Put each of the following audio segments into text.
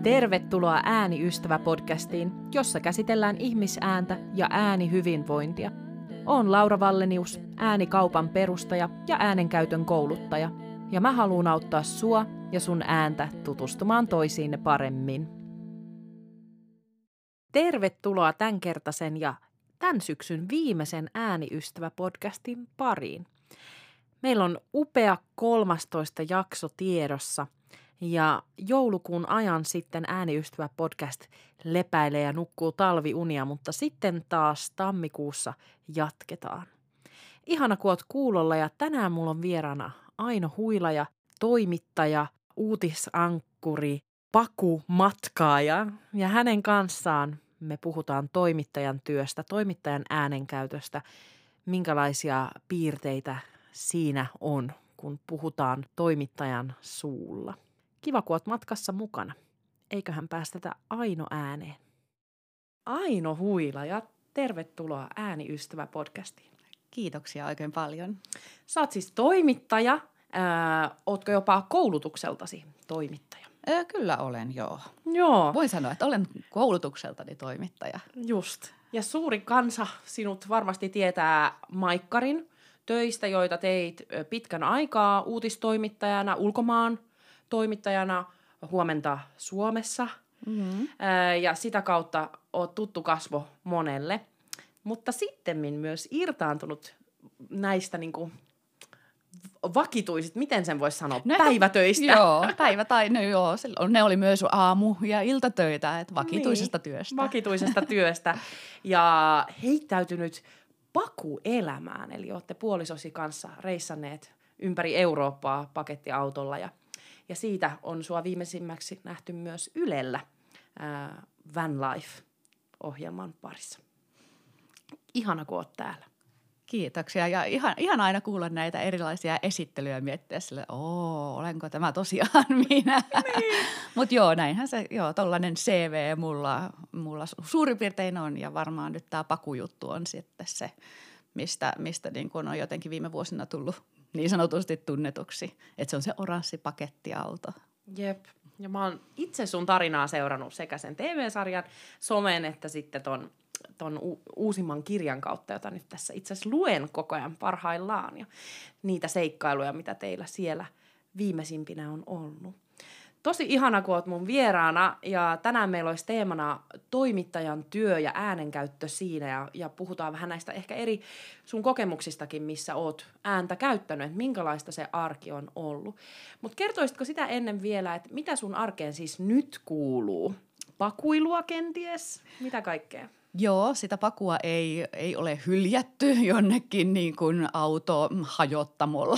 Tervetuloa Ääniystävä-podcastiin, jossa käsitellään ihmisääntä ja äänihyvinvointia. Olen Laura Vallenius, äänikaupan perustaja ja äänenkäytön kouluttaja, ja mä haluan auttaa sua ja sun ääntä tutustumaan toisiinne paremmin. Tervetuloa tämänkertaisen ja tämän syksyn viimeisen Ääniystävä-podcastin pariin. Meillä on upea 13 jakso tiedossa. Ja joulukuun ajan sitten Ääniystävä-podcast lepäilee ja nukkuu talviunia, mutta sitten taas tammikuussa jatketaan. Ihana kun oot kuulolla ja tänään mulla on vieraana Aino Huilaja, toimittaja, uutisankkuri, pakumatkaaja. Ja hänen kanssaan me puhutaan toimittajan työstä, toimittajan äänenkäytöstä, minkälaisia piirteitä siinä on, kun puhutaan toimittajan suulla. Kiva, kun oot matkassa mukana. Eiköhän päästetä Aino ääneen. Aino Huilaja, tervetuloa Ääniystävä-podcastiin. Kiitoksia oikein paljon. Sä oot siis toimittaja. Ootko jopa koulutukseltasi toimittaja? Kyllä olen, joo. Joo. Voin sanoa, että olen koulutukseltani toimittaja. Just. Ja suuri kansa sinut varmasti tietää Maikkarin töistä, joita teit pitkän aikaa uutistoimittajana, ulkomaan toimittajana, huomenta Suomessa. Mm-hmm. Ja sitä kautta oot tuttu kasvo monelle. Mutta sittemmin myös irtaantunut näistä niinku vakituisista, miten sen voisi sanoa, päivätöistä. Joo, ne oli myös aamu- ja iltatöitä, että vakituisesta työstä. Vakituisesta työstä ja heittäytynyt pakuelämään, eli olette puolisosi kanssa reissanneet ympäri Eurooppaa pakettiautolla ja siitä on sua viimeisimmäksi nähty myös Ylellä Van Life-ohjelman parissa. Ihana, kun oot täällä. Kiitoksia ja ihan aina kuulla näitä erilaisia esittelyjä ja miettiä sille, olenko tämä tosiaan minä. Niin. Mutta joo, näinhän se, tollainen CV mulla suurin piirtein on ja varmaan nyt tämä pakujuttu on sitten se, mistä niin kun on jotenkin viime vuosina tullut niin sanotusti tunnetuksi, että se on se oranssi pakettiauto. Jep, ja mä oon itse sun tarinaa seurannut sekä sen TV-sarjan, somen että sitten ton uusimman kirjan kautta, jota nyt tässä itse asiassa luen koko ajan parhaillaan ja niitä seikkailuja, mitä teillä siellä viimeisimpinä on ollut. Tosi ihana, kun oot mun vieraana ja tänään meillä olisi teemana toimittajan työ ja äänenkäyttö siinä ja puhutaan vähän näistä ehkä eri sun kokemuksistakin, missä oot ääntä käyttänyt, että minkälaista se arki on ollut. Mutta kertoisitko sitä ennen vielä, että mitä sun arkeen siis nyt kuuluu? Pakuilua kenties? Mitä kaikkea? Joo, sitä pakua ei ole hyljätty jonnekin niin kuin autohajottamolle.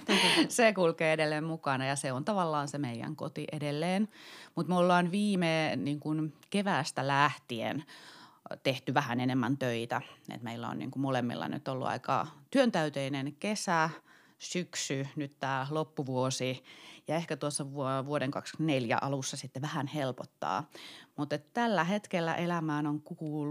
Se kulkee edelleen mukana ja se on tavallaan se meidän koti edelleen. Mutta me ollaan viime niin kuin keväästä lähtien tehty vähän enemmän töitä. Et meillä on niin kuin molemmilla nyt ollut aika työntäyteinen kesä, syksy, nyt tämä loppuvuosi ja ehkä tuossa vuoden 2024 alussa sitten vähän helpottaa. Mutta tällä hetkellä elämään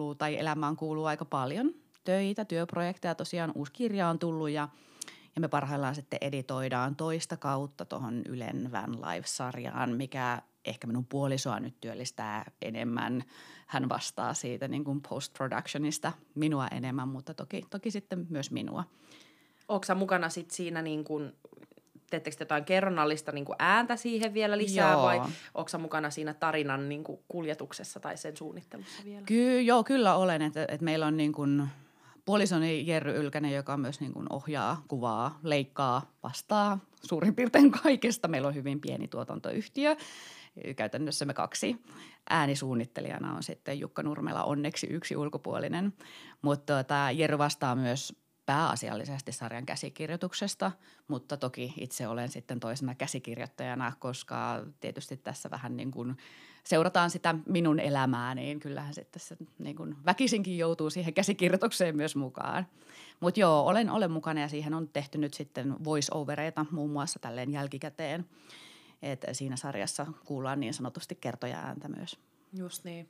kuuluu aika paljon töitä, työprojekteja. Tosiaan uusi kirja on tullut ja me parhaillaan sitten editoidaan toista kautta tuohon Ylen Van Life-sarjaan, mikä ehkä minun puolisoa nyt työllistää enemmän. Hän vastaa siitä niin kuin post-productionista minua enemmän, mutta toki sitten myös minua. Oletko sä mukana sitten siinä, niin kun, teettekö jotain kerronnallista niin kun ääntä siihen vielä lisää? Joo. Vai oletko sä mukana siinä tarinan niin kun kuljetuksessa tai sen suunnittelussa vielä? Kyllä olen. Että meillä on niin kun puolisoni Jerry Ylkänen, joka myös niin kun ohjaa, kuvaa, leikkaa, vastaa suurin piirtein kaikesta. Meillä on hyvin pieni tuotantoyhtiö. Käytännössä me 2. Äänisuunnittelijana on sitten Jukka Nurmela, onneksi yksi ulkopuolinen. Mutta Jerry vastaa myös pääasiallisesti sarjan käsikirjoituksesta, mutta toki itse olen sitten toisena käsikirjoittajana, koska tietysti tässä vähän niin kuin seurataan sitä minun elämää, niin kyllähän sitten se niin kuin väkisinkin joutuu siihen käsikirjoitukseen myös mukaan. Mutta joo, olen mukana ja siihen on tehty nyt sitten voice-overeita muun muassa tälleen jälkikäteen, että siinä sarjassa kuullaan niin sanotusti kertoja-ääntä myös. Just niin.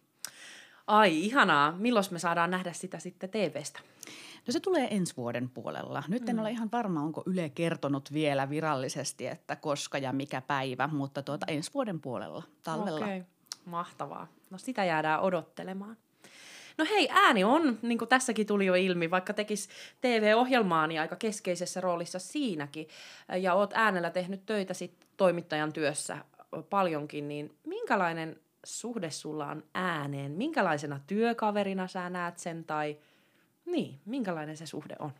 Ai, ihanaa. Milloin me saadaan nähdä sitä sitten TV:stä? No se tulee ensi vuoden puolella. Nyt en ole ihan varma, onko Yle kertonut vielä virallisesti, että koska ja mikä päivä, mutta ensi vuoden puolella, talvella. Okay. Mahtavaa. No sitä jäädään odottelemaan. No hei, ääni on, niin kuin tässäkin tuli jo ilmi, vaikka tekis TV-ohjelmaa, niin aika keskeisessä roolissa siinäkin. Ja oot äänellä tehnyt töitä sit toimittajan työssä paljonkin, niin minkälainen suhde sulla on ääneen? Minkälaisena työkaverina sä näet sen tai niin, minkälainen se suhde on?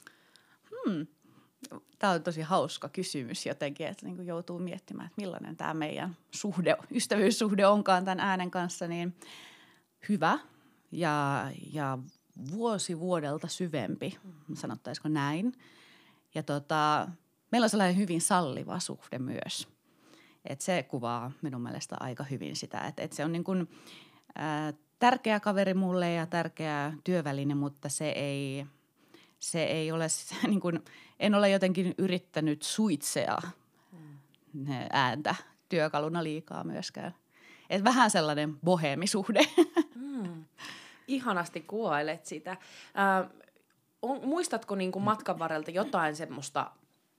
Tämä on tosi hauska kysymys jotenkin, että niin kuin joutuu miettimään, että millainen tämä meidän ystävyyssuhde onkaan tämän äänen kanssa, niin hyvä ja vuosi vuodelta syvempi, sanottaisiko näin. Ja meillä on sellainen hyvin salliva suhde myös. Et se kuvaa minun mielestä aika hyvin sitä, että se on niin kuin, tärkeä kaveri mulle ja tärkeä työväline, mutta se ei ole, niin kuin, en ole jotenkin yrittänyt suitsea ääntä työkaluna liikaa myöskään. Et vähän sellainen boheemisuhde. Ihanasti kuvailet sitä. Muistatko niin kuin matkan varrelta jotain semmoista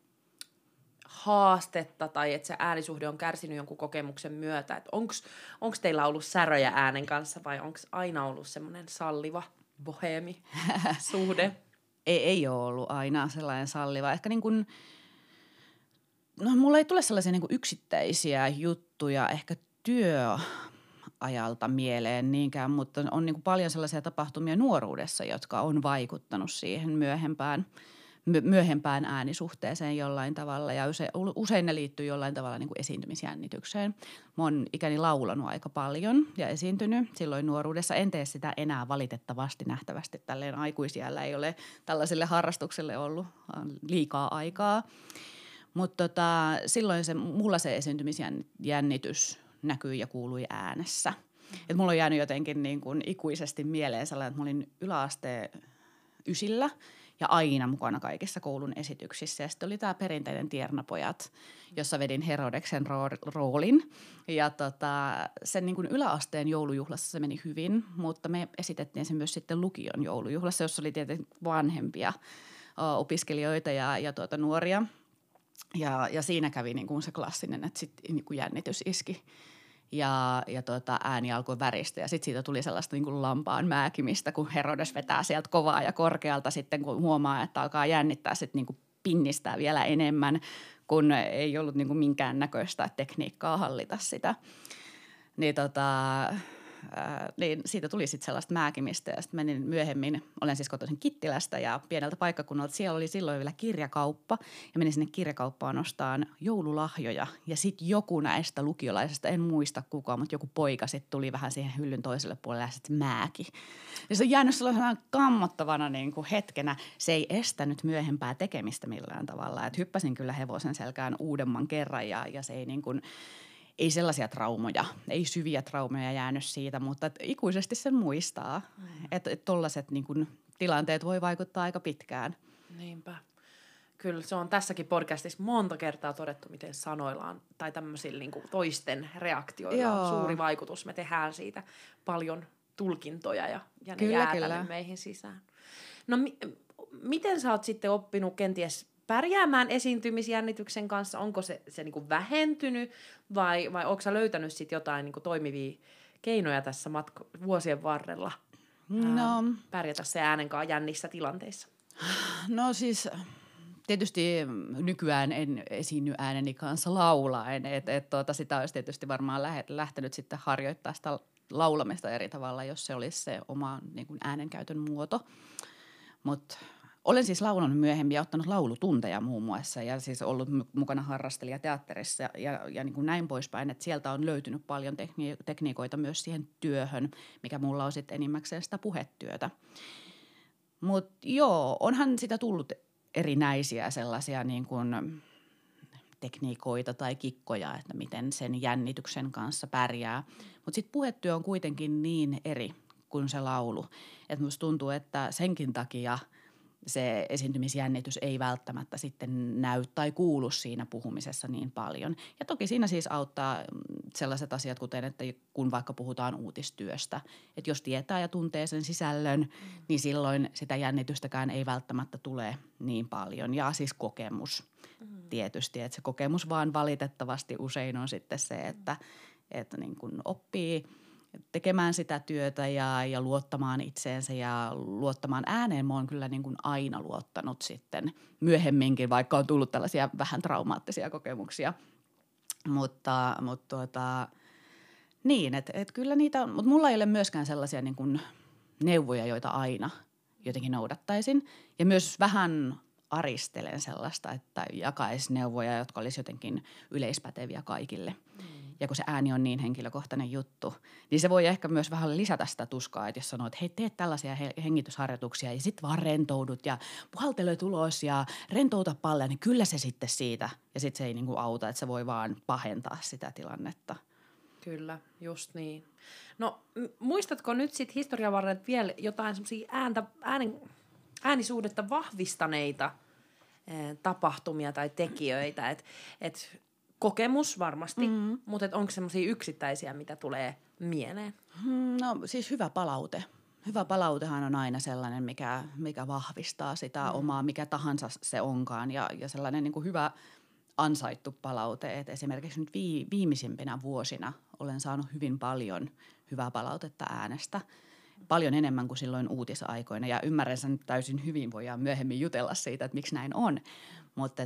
haastetta tai että se äänisuhde on kärsinyt jonkun kokemuksen myötä? Että onko teillä ollut säröjä äänen kanssa vai onko aina ollut semmoinen salliva boheemi suhde? Ei ole ollut aina sellainen salliva. Ehkä niin kuin, no mulla ei tule sellaisia niin kuin yksittäisiä juttuja ehkä työajalta mieleen niinkään, mutta on niin kuin paljon sellaisia tapahtumia nuoruudessa, jotka on vaikuttanut siihen myöhempään äänisuhteeseen jollain tavalla ja usein ne liittyy jollain tavalla niin kuin esiintymisjännitykseen. Mä oon ikäni laulanut aika paljon ja esiintynyt silloin nuoruudessa. En tee sitä enää valitettavasti nähtävästi. Tälleen aikuisiällä ei ole tällaiselle harrastukselle ollut liikaa aikaa. Mutta silloin mulla se esiintymisjännitys näkyi ja kuului äänessä. Et mulla on jäänyt jotenkin niin kuin ikuisesti mieleen sellainen, että mä olin yläasteen ysillä ja aina mukana kaikissa koulun esityksissä. Ja sitten oli tämä perinteinen Tiernapojat, jossa vedin Herodeksen roolin. Ja sen niin kuin yläasteen joulujuhlassa se meni hyvin, mutta me esitettiin se myös sitten lukion joulujuhlassa, jossa oli tietenkin vanhempia opiskelijoita ja nuoria. Ja siinä kävi niin kuin se klassinen, että sitten niin kuin jännitys iski. Ja ääni alkoi väristä ja sitten siitä tuli sellaista niin kuin lampaan määkimistä, kun Herodes vetää sieltä kovaa ja korkealta sitten, kun huomaa, että alkaa jännittää, sitten niin kuin pinnistää vielä enemmän, kun ei ollut niin kuin minkään näköistä tekniikkaa hallita sitä. Niin siitä tuli sitten sellaista määkimistä ja sitten menin myöhemmin, olen siis kotoisin Kittilästä ja pieneltä paikkakunnalta. Siellä oli silloin vielä kirjakauppa ja menin sinne kirjakauppaan ostamaan joululahjoja. Ja sitten joku näistä lukiolaisista, en muista kukaan, mutta joku poika sitten tuli vähän siihen hyllyn toiselle puolelle ja sitten määki. Ja se on jäänyt sellaisena kammottavana niin kuin hetkenä. Se ei estänyt myöhempää tekemistä millään tavalla. Et hyppäsin kyllä hevosen selkään uudemman kerran ja se ei niin kuin ei sellaisia traumoja, ei syviä traumoja jäänyt siitä, mutta ikuisesti sen muistaa, että tollaiset niin kuin tilanteet voi vaikuttaa aika pitkään. Niinpä. Kyllä se on tässäkin podcastissa monta kertaa todettu, miten sanoillaan tai tämmöisillä niin kuin toisten reaktioilla on suuri vaikutus. Me tehdään siitä paljon tulkintoja ja ne jää tänne meihin sisään. No miten sä oot sitten oppinut kenties pärjäämään esiintymisjännityksen kanssa? Onko se niin kuin vähentynyt vai onko sä löytänyt sit jotain niin kuin toimivia keinoja tässä vuosien varrella pärjätä se äänen kanssa jännissä tilanteissa? No siis tietysti nykyään en esiinny ääneni kanssa laulaen, että sitä olisi tietysti varmaan lähtenyt sitten harjoittaa sitä laulamista eri tavalla, jos se olisi se oma niin kuin äänenkäytön muoto, mutta olen siis laulanut myöhemmin ja ottanut laulutunteja muun muassa ja siis ollut mukana harrastelijateatterissa ja niin kuin näin poispäin, että sieltä on löytynyt paljon tekniikoita myös siihen työhön, mikä mulla on sitten enimmäkseen sitä puhetyötä. Mutta joo, onhan sitä tullut erinäisiä sellaisia niin kuin tekniikoita tai kikkoja, että miten sen jännityksen kanssa pärjää, mutta sitten puhetyö on kuitenkin niin eri kuin se laulu, että musta tuntuu, että senkin takia se esiintymisjännitys ei välttämättä sitten näy tai kuulu siinä puhumisessa niin paljon. Ja toki siinä siis auttaa sellaiset asiat, kuten että kun vaikka puhutaan uutistyöstä, että jos tietää ja tuntee sen sisällön, niin silloin sitä jännitystäkään ei välttämättä tule niin paljon. Ja siis kokemus tietysti, että se kokemus vaan valitettavasti usein on sitten se, että niin kuin oppii tekemään sitä työtä ja luottamaan itseensä ja luottamaan ääneen. Mä oon kyllä niin kuin aina luottanut sitten myöhemminkin, vaikka on tullut tällaisia vähän traumaattisia kokemuksia. Mutta niin, että kyllä niitä on, mutta mulla ei ole myöskään sellaisia niin kuin neuvoja, joita aina jotenkin noudattaisin. Ja myös vähän aristelen sellaista, että jakaisi neuvoja, jotka olisi jotenkin yleispäteviä kaikille. Ja kun se ääni on niin henkilökohtainen juttu, niin se voi ehkä myös vähän lisätä sitä tuskaa, että jos sanoo, että hei, teet tällaisia hengitysharjoituksia ja sitten vaan rentoudut ja puhaltele ulos ja rentouta paljon, niin kyllä se sitten siitä. Ja sitten se ei niinku auta, että se voi vaan pahentaa sitä tilannetta. Kyllä, just niin. No muistatko nyt sitten historian varrella vielä jotain semmoisia äänisuudetta vahvistaneita tapahtumia tai tekijöitä, että kokemus varmasti, mutta onko semmoisia yksittäisiä, mitä tulee mieleen? No siis hyvä palaute. Hyvä palautehan on aina sellainen, mikä vahvistaa sitä omaa, mikä tahansa se onkaan ja sellainen niin kuin hyvä ansaittu palaute. Et esimerkiksi nyt viimeisimpinä vuosina olen saanut hyvin paljon hyvää palautetta äänestä. Paljon enemmän kuin silloin uutisaikoina ja ymmärrän sen täysin hyvin, voidaan myöhemmin jutella siitä, että miksi näin on. Mutta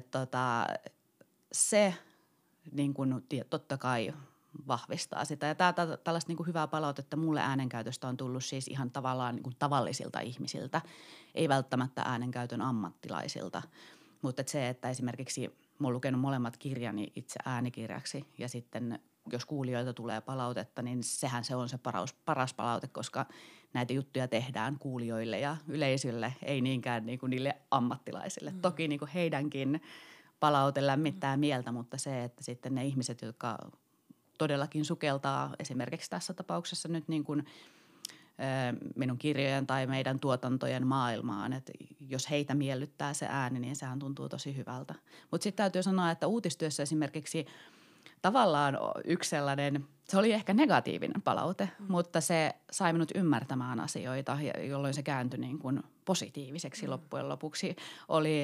se niin kuin, totta kai vahvistaa sitä. Ja tällaista niin kuin hyvää palautetta mulle äänenkäytöstä on tullut siis ihan tavallaan niin kuin tavallisilta ihmisiltä, ei välttämättä äänenkäytön ammattilaisilta. Mutta se, että esimerkiksi mä oon lukenut molemmat kirjani itse äänikirjaksi ja sitten jos kuulijoilta tulee palautetta, niin sehän se on se paras palaute, koska näitä juttuja tehdään kuulijoille ja yleisölle, ei niinkään niin kuin niille ammattilaisille. Toki niin kuin heidänkin palaute lämmittää mieltä, mutta se, että sitten ne ihmiset, jotka todellakin sukeltaa esimerkiksi tässä tapauksessa nyt niin kuin minun kirjojen tai meidän tuotantojen maailmaan, että jos heitä miellyttää se ääni, niin sehän tuntuu tosi hyvältä. Mutta sitten täytyy sanoa, että uutistyössä esimerkiksi tavallaan yksi sellainen, se oli ehkä negatiivinen palaute, mutta se sai minut ymmärtämään asioita, jolloin se kääntyi niin kuin positiiviseksi loppujen lopuksi. Oli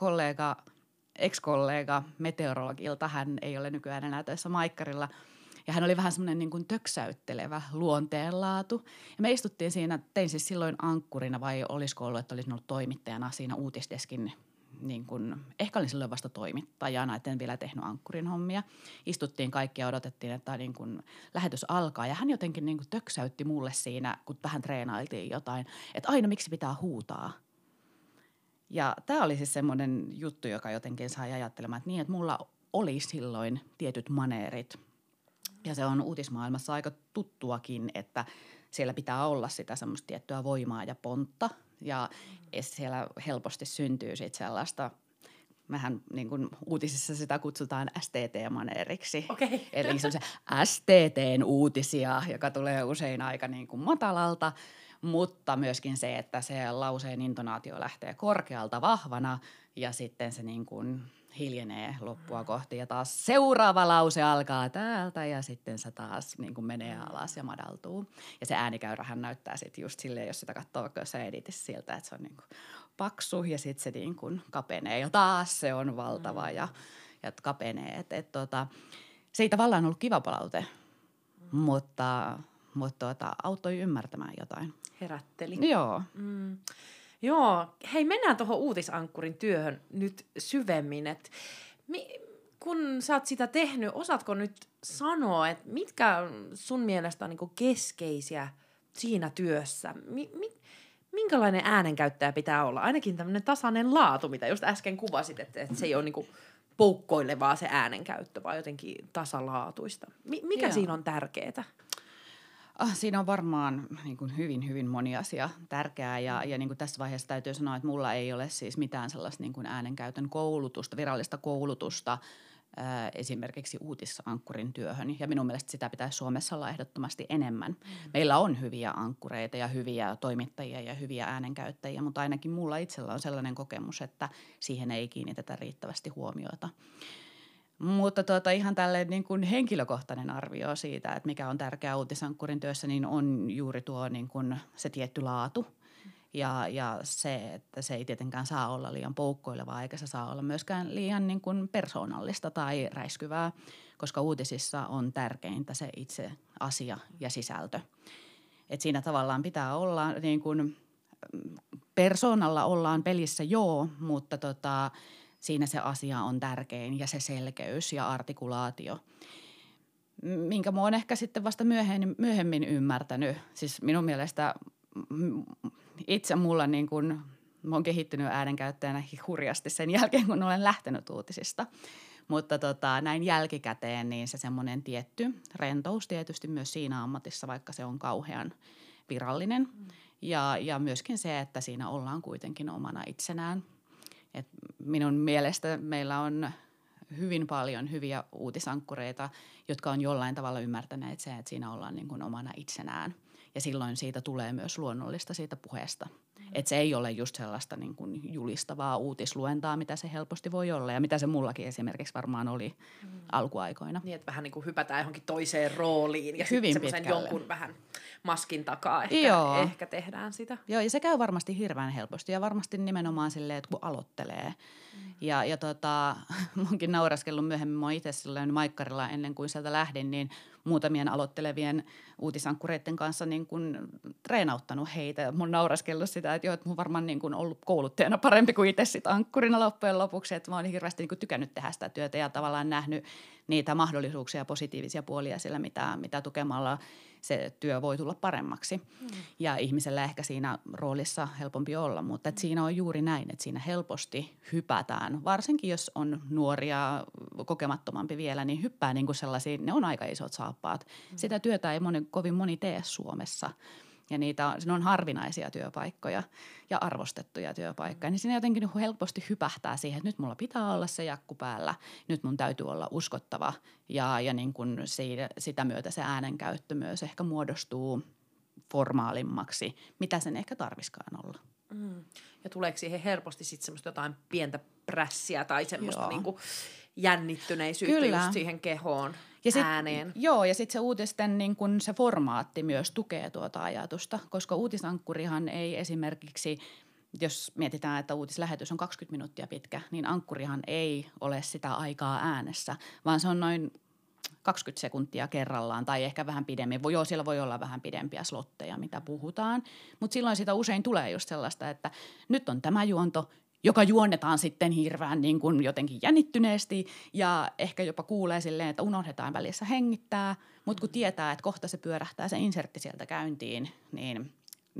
ex-kollega meteorologilta, hän ei ole nykyään enää töissä Maikkarilla, ja hän oli vähän semmoinen niin kuin töksäyttelevä luonteenlaatu. Ja me istuttiin siinä, tein siis silloin ankkurina vai olisiko ollut, että olisin ollut toimittajana siinä uutisdeskin, niin kuin, ehkä olin silloin vasta toimittajana, että en vielä tehnyt ankkurin hommia. Istuttiin kaikki ja odotettiin, että niin kuin lähetys alkaa. Ja hän jotenkin niin kuin töksäytti mulle siinä, kun vähän treenailtiin jotain, että aina miksi pitää huutaa. Ja tämä oli siis semmoinen juttu, joka jotenkin sai ajattelemaan, että niin, että mulla oli silloin tietyt maneerit. Ja se on uutismaailmassa aika tuttuakin, että siellä pitää olla sitä semmoista tiettyä voimaa ja pontta. Ja siellä helposti syntyy sitten sellaista, mehän niin kuin uutisissa sitä kutsutaan STT-maneeriksi. Okay. Eli se on se STT:n uutisia, joka tulee usein aika niin kuin matalalta, mutta myöskin se, että se lauseen intonaatio lähtee korkealta vahvana ja sitten se niin kuin hiljenee loppua kohti ja taas seuraava lause alkaa täältä ja sitten se taas niin kuin menee alas ja madaltuu. Ja se äänikäyrähän näyttää sitten just silleen, jos sitä katsoo vaikka jossain editissä siltä, että se on niin kuin paksu ja sitten se niin kuin kapenee ja taas se on valtava ja kapenee. Se ei tavallaan ollut kiva palaute, mutta auttoi ymmärtämään jotain. Herätteli. Joo. Joo, hei mennään tuohon uutisankkurin työhön nyt syvemmin, että kun sä oot sitä tehnyt, osaatko nyt sanoa, että mitkä sun mielestä on niinku keskeisiä siinä työssä? Minkälainen äänenkäyttäjä pitää olla? Ainakin tämmöinen tasainen laatu, mitä just äsken kuvasit, että se ei ole niinku poukkoilevaa se äänenkäyttö, vaan jotenkin tasalaatuista. Mikä siinä on tärkeää? Siinä on varmaan niin kuin hyvin, hyvin moni asia tärkeää ja niin kuin tässä vaiheessa täytyy sanoa, että mulla ei ole siis mitään sellaista niin kuin äänenkäytön koulutusta, virallista koulutusta esimerkiksi uutisankkurin työhön ja minun mielestä sitä pitäisi Suomessa olla ehdottomasti enemmän. Meillä on hyviä ankkureita ja hyviä toimittajia ja hyviä äänenkäyttäjiä, mutta ainakin mulla itsellä on sellainen kokemus, että siihen ei kiinnitetä riittävästi huomiota. Mutta ihan tällainen niin kuin henkilökohtainen arvio siitä, että mikä on tärkeää uutisankkurin työssä, niin on juuri tuo niin kuin se tietty laatu. Ja se, että se ei tietenkään saa olla liian poukkoilevaa, eikä se saa olla myöskään liian niin kuin persoonallista tai räiskyvää, koska uutisissa on tärkeintä se itse asia ja sisältö. Et siinä tavallaan pitää olla niin kuin persoonalla ollaan pelissä mutta siinä se asia on tärkein ja se selkeys ja artikulaatio. Minkä mä oon ehkä sitten vasta myöhemmin ymmärtänyt. Siis minun mielestä itse mulla niin kuin, mä oon kehittynyt äänenkäyttäjänä hurjasti sen jälkeen, kun olen lähtenyt uutisista. Mutta näin jälkikäteen niin se semmoinen tietty rentous tietysti myös siinä ammatissa, vaikka se on kauhean virallinen. Ja myöskin se, että siinä ollaan kuitenkin omana itsenään. Et minun mielestä meillä on hyvin paljon hyviä uutisankkureita, jotka on jollain tavalla ymmärtäneet sen, että siinä ollaan niin kuin omana itsenään. Ja silloin siitä tulee myös luonnollista siitä puheesta. Että se ei ole just sellaista niin kuin julistavaa uutisluentaa, mitä se helposti voi olla ja mitä se mullakin esimerkiksi varmaan oli alkuaikoina. Niin, että vähän niin kuin hypätään johonkin toiseen rooliin ja hyvin sitten semmoisen jonkun vähän maskin takaa ehkä tehdään sitä. Joo, ja se käy varmasti hirveän helposti ja varmasti nimenomaan silleen, että kun aloittelee. Ja munkin nauraskellut myöhemmin, mä oon itse silleen maikkarilla ennen kuin sieltä lähdin, niin muutamien aloittelevien uutisankkureiden kanssa niin kuin treenauttanut heitä. Mun nauraskellut sitä, että mun varmaan niin kuin ollut kouluttajana parempi kuin itse sit ankkurina loppujen lopuksi. Että mä oon hirveästi niin kuin tykännyt tehdä sitä työtä ja tavallaan nähnyt niitä mahdollisuuksia ja positiivisia puolia sillä, mitä tukemalla se työ voi tulla paremmaksi. Ja ihmisellä ehkä siinä roolissa helpompi olla, mutta että siinä on juuri näin, että siinä helposti hypätään. Varsinkin jos on nuoria, kokemattomampi vielä, niin hyppää niin kuin sellaisia, ne on aika isot saappaat. Sitä työtä ei kovin moni tee Suomessa. Ja ne on harvinaisia työpaikkoja ja arvostettuja työpaikkoja. Niin siinä jotenkin helposti hypähtää siihen, että nyt mulla pitää olla se jakku päällä. Nyt mun täytyy olla uskottava ja niin kuin sitä myötä se äänenkäyttö myös ehkä muodostuu formaalimmaksi, mitä sen ehkä tarviskaan olla. Ja tuleeko siihen helposti sitten semmoista jotain pientä prässiä tai semmoista niinku jännittyneisyyttä Kyllä. just siihen kehoon, ja ääneen? Joo, ja sitten se uutisten niin kun se formaatti myös tukee tuota ajatusta, koska uutisankkurihan ei esimerkiksi, jos mietitään, että uutislähetys on 20 minuuttia pitkä, niin ankkurihan ei ole sitä aikaa äänessä, vaan se on noin 20 sekuntia kerrallaan tai ehkä vähän pidemmin. Siellä voi olla vähän pidempiä slotteja, mitä puhutaan, mutta silloin sitä usein tulee just sellaista, että nyt on tämä juonto, joka juonnetaan sitten hirveän niin kuin jotenkin jännittyneesti ja ehkä jopa kuulee silleen, että unohdetaan välissä hengittää, mutta kun tietää, että kohta se pyörähtää se insertti sieltä käyntiin, niin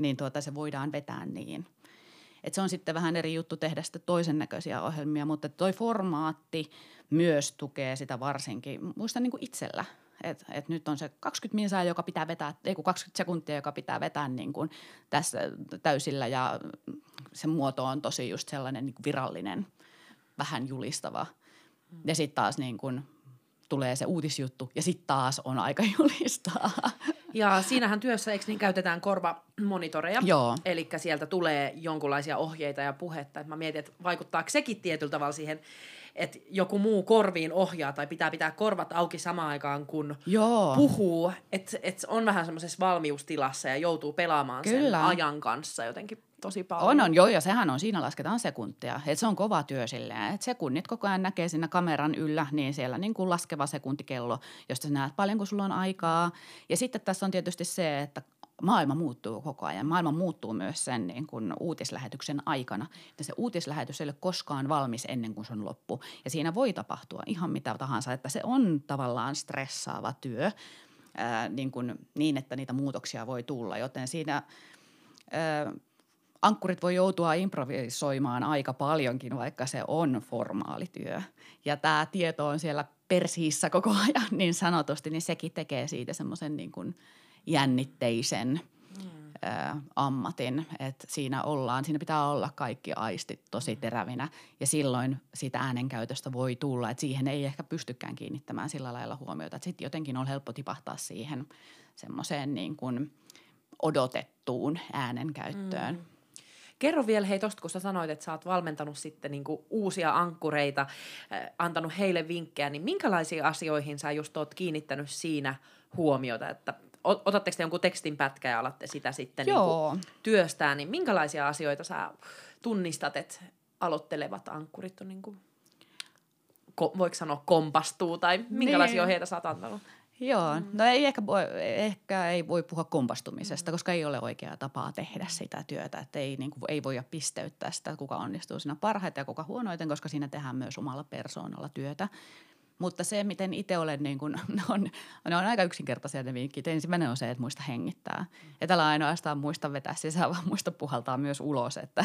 se voidaan vetää niin. Et se on sitten vähän eri juttu tehdä sitten toisen näköisiä ohjelmia, mutta toi formaatti myös tukee sitä varsinkin. Muistan niin kuin itsellä, että nyt on se 20 minsaa, joka pitää vetää, 20 sekuntia, joka pitää vetää niin kuin tässä täysillä ja se muoto on tosi just sellainen niin kuin virallinen, vähän julistava. Ja sitten taas niin kuin tulee se uutisjuttu ja sitten taas on aika julistaa. Ja siinähän työssä, eikö niin, käytetään korvamonitoreja? Joo. Eli sieltä tulee jonkunlaisia ohjeita ja puhetta. Et mä mietin, että vaikuttaako sekin tietyllä tavalla siihen, että joku muu korviin ohjaa tai pitää korvat auki samaan aikaan, kun puhuu. Että on vähän semmoisessa valmiustilassa ja joutuu pelaamaan sen ajan kanssa jotenkin tosi paljon. On, joo, ja sehän on, siinä lasketaan sekuntia. Että se on kova työ silleen, että sekunnit koko ajan näkee siinä kameran yllä, niin siellä niin kuin laskeva sekuntikello, josta sä näet paljon, kun sulla on aikaa. Ja sitten tässä on tietysti se, että maailma muuttuu koko ajan. Maailma muuttuu myös sen niin kuin uutislähetyksen aikana. Että se uutislähetys ei ole koskaan valmis ennen kuin se on loppu. Ja siinä voi tapahtua ihan mitä tahansa, että se on tavallaan stressaava työ niin että niitä muutoksia voi tulla. Joten siinä ankkurit voi joutua improvisoimaan aika paljonkin, vaikka se on formaalityö. Ja tämä tieto on siellä persiissä koko ajan niin sanotusti, niin sekin tekee siitä semmoisen niin kuin jännitteisen ammatin, että siinä pitää olla kaikki aistit tosi terävinä ja silloin siitä äänenkäytöstä voi tulla, että siihen ei ehkä pystykään kiinnittämään sillä lailla huomiota, että sitten jotenkin on helppo tipahtaa siihen semmoiseen niin kuin odotettuun äänenkäyttöön. Kerro vielä tosta, kun sä sanoit, että sä oot valmentanut sitten niinku uusia ankkureita, antanut heille vinkkejä, niin minkälaisiin asioihin sä just oot kiinnittänyt siinä huomiota, että otatteko te jonkun tekstin pätkä ja alatte sitä sitten Joo. Niin työstää, niin minkälaisia asioita sä tunnistat, että aloittelevat ankkurit on niin kuin, voiko sanoa kompastuu, tai minkälaisia ohjeita sä oot antanut? Joo, no ehkä ei voi puhua kompastumisesta, koska ei ole oikeaa tapaa tehdä sitä työtä. Että ei voi pisteyttää sitä, kuka onnistuu siinä parhaiten ja kuka huonoiten, koska siinä tehdään myös omalla persoonalla työtä. Mutta se, miten itse olen, niin kuin, ne on aika yksinkertaisia ne vinkit. Ensimmäinen on se, että muista hengittää. Että älä ainoastaan muista vetää sisään, vaan muista puhaltaa myös ulos, että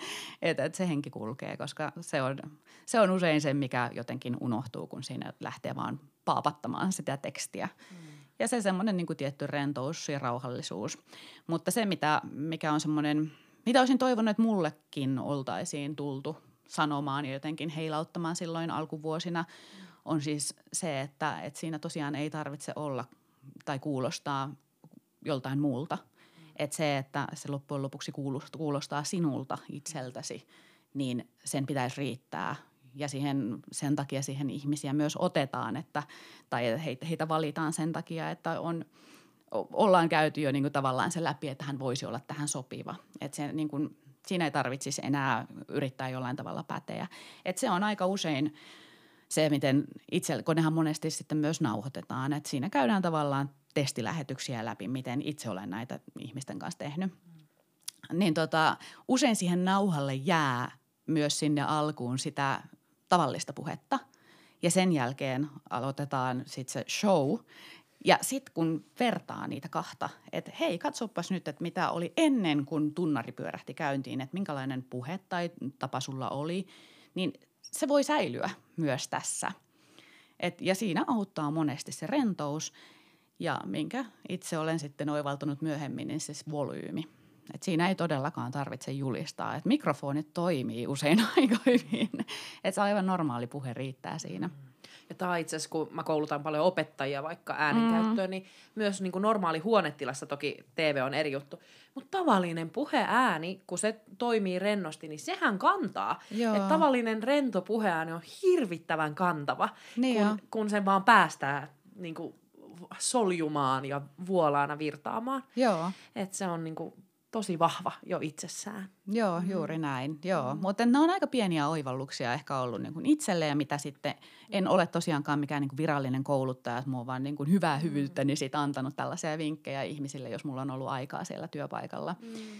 se henki kulkee, koska se on usein se, mikä jotenkin unohtuu, kun siinä lähtee vaan paapattamaan sitä tekstiä. Ja se semmoinen niin kuin tietty rentous ja rauhallisuus. Mutta se, mikä on semmoinen, mitä olisin toivonut, että mullekin oltaisiin tultu sanomaan ja jotenkin heilauttamaan silloin alkuvuosina, on siis se, että siinä tosiaan ei tarvitse olla tai kuulostaa joltain muulta. Että se, että se loppujen lopuksi kuulostaa sinulta itseltäsi, niin sen pitäisi riittää. Ja sen takia siihen ihmisiä myös otetaan, tai heitä valitaan sen takia, että ollaan käyty jo niin kuin tavallaan se läpi, että hän voisi olla tähän sopiva. Että se, niin kuin, siinä ei tarvitsisi enää yrittää jollain tavalla päteä. Että se on aika usein se, miten kun nehän monesti sitten myös nauhoitetaan, että siinä käydään tavallaan testilähetyksiä läpi, miten itse olen näitä ihmisten kanssa tehnyt. Niin usein siihen nauhalle jää myös sinne alkuun sitä tavallista puhetta ja sen jälkeen aloitetaan sitten se show. Ja sitten kun vertaa niitä kahta, että hei, katsopas nyt, että mitä oli ennen kuin tunnari pyörähti käyntiin, että minkälainen puhe tai tapa sulla oli, niin se voi säilyä myös tässä. Ja siinä auttaa monesti se rentous ja minkä itse olen sitten oivaltunut myöhemmin, niin siis volyymi. Et siinä ei todellakaan tarvitse julistaa, että mikrofonit toimii usein aika hyvin, että se aivan normaali puhe riittää siinä. Ja tämä itse asiassa, kun mä koulutan paljon opettajia vaikka äänenkäyttöön, niin myös niin kuin normaali huonetilassa toki TV on eri juttu. Mutta tavallinen puheääni, kun se toimii rennosti, niin sehän kantaa. Että tavallinen rento puheääni on hirvittävän kantava, niin kun sen vaan päästää niin kuin soljumaan ja vuolaana virtaamaan. Että se on niin kuin tosi vahva jo itsessään. Joo, juuri näin. Joo, mutta ne on aika pieniä oivalluksia ehkä ollut niin kuin itselle ja mitä sitten, en ole tosiaankaan mikään niin kuin virallinen kouluttaja, että mä oon vaan niin kuin hyvää hyvyyttäni siitä antanut tällaisia vinkkejä ihmisille, jos mulla on ollut aikaa siellä työpaikalla.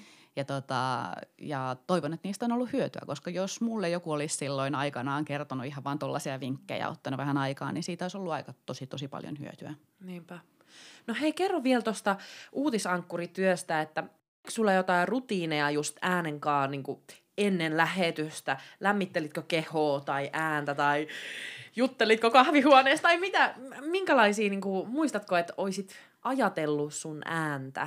Ja toivon, että niistä on ollut hyötyä, koska jos mulle joku olisi silloin aikanaan kertonut ihan vaan tollaisia vinkkejä, ottanut vähän aikaa, niin siitä olisi ollut aika tosi paljon hyötyä. Niinpä. No hei, kerro vielä tuosta uutisankkurityöstä, että sulla jotain rutiineja just äänenkaan niin kuin ennen lähetystä? Lämmittelitkö kehoa tai ääntä tai juttelitko kahvihuoneesta tai mitä? Minkälaisia, niin kuin, muistatko, että olisit ajatellut sun ääntä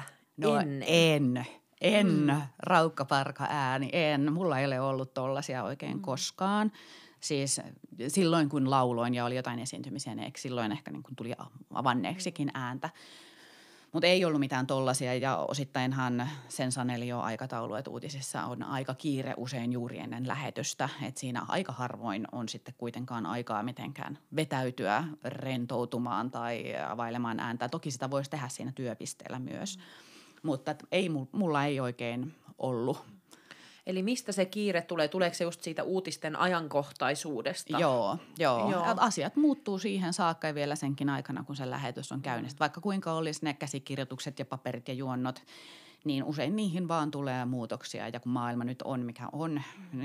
ennen? En. Raukkaparka ääni, en. Mulla ei ole ollut tollaisia oikein koskaan. Siis silloin, kun lauloin ja oli jotain esiintymisiä, niin silloin ehkä niin kuin tuli avanneeksikin ääntä. Mutta ei ollut mitään tollaisia ja osittainhan sen saneli jo aikataulu, että uutisissa on aika kiire usein juuri ennen lähetystä. Että siinä aika harvoin on sitten kuitenkaan aikaa mitenkään vetäytyä, rentoutumaan tai availemaan ääntä. Toki sitä voisi tehdä siinä työpisteellä myös, mutta mulla ei oikein ollut. Eli mistä se kiire tulee? Tuleeko se just siitä uutisten ajankohtaisuudesta? Joo. Asiat muuttuu siihen saakka ja vielä senkin aikana, kun se lähetys on käynnissä. Vaikka kuinka olisi ne käsikirjoitukset ja paperit ja juonnot, niin usein niihin vaan tulee muutoksia. Ja kun maailma nyt on, mikä on,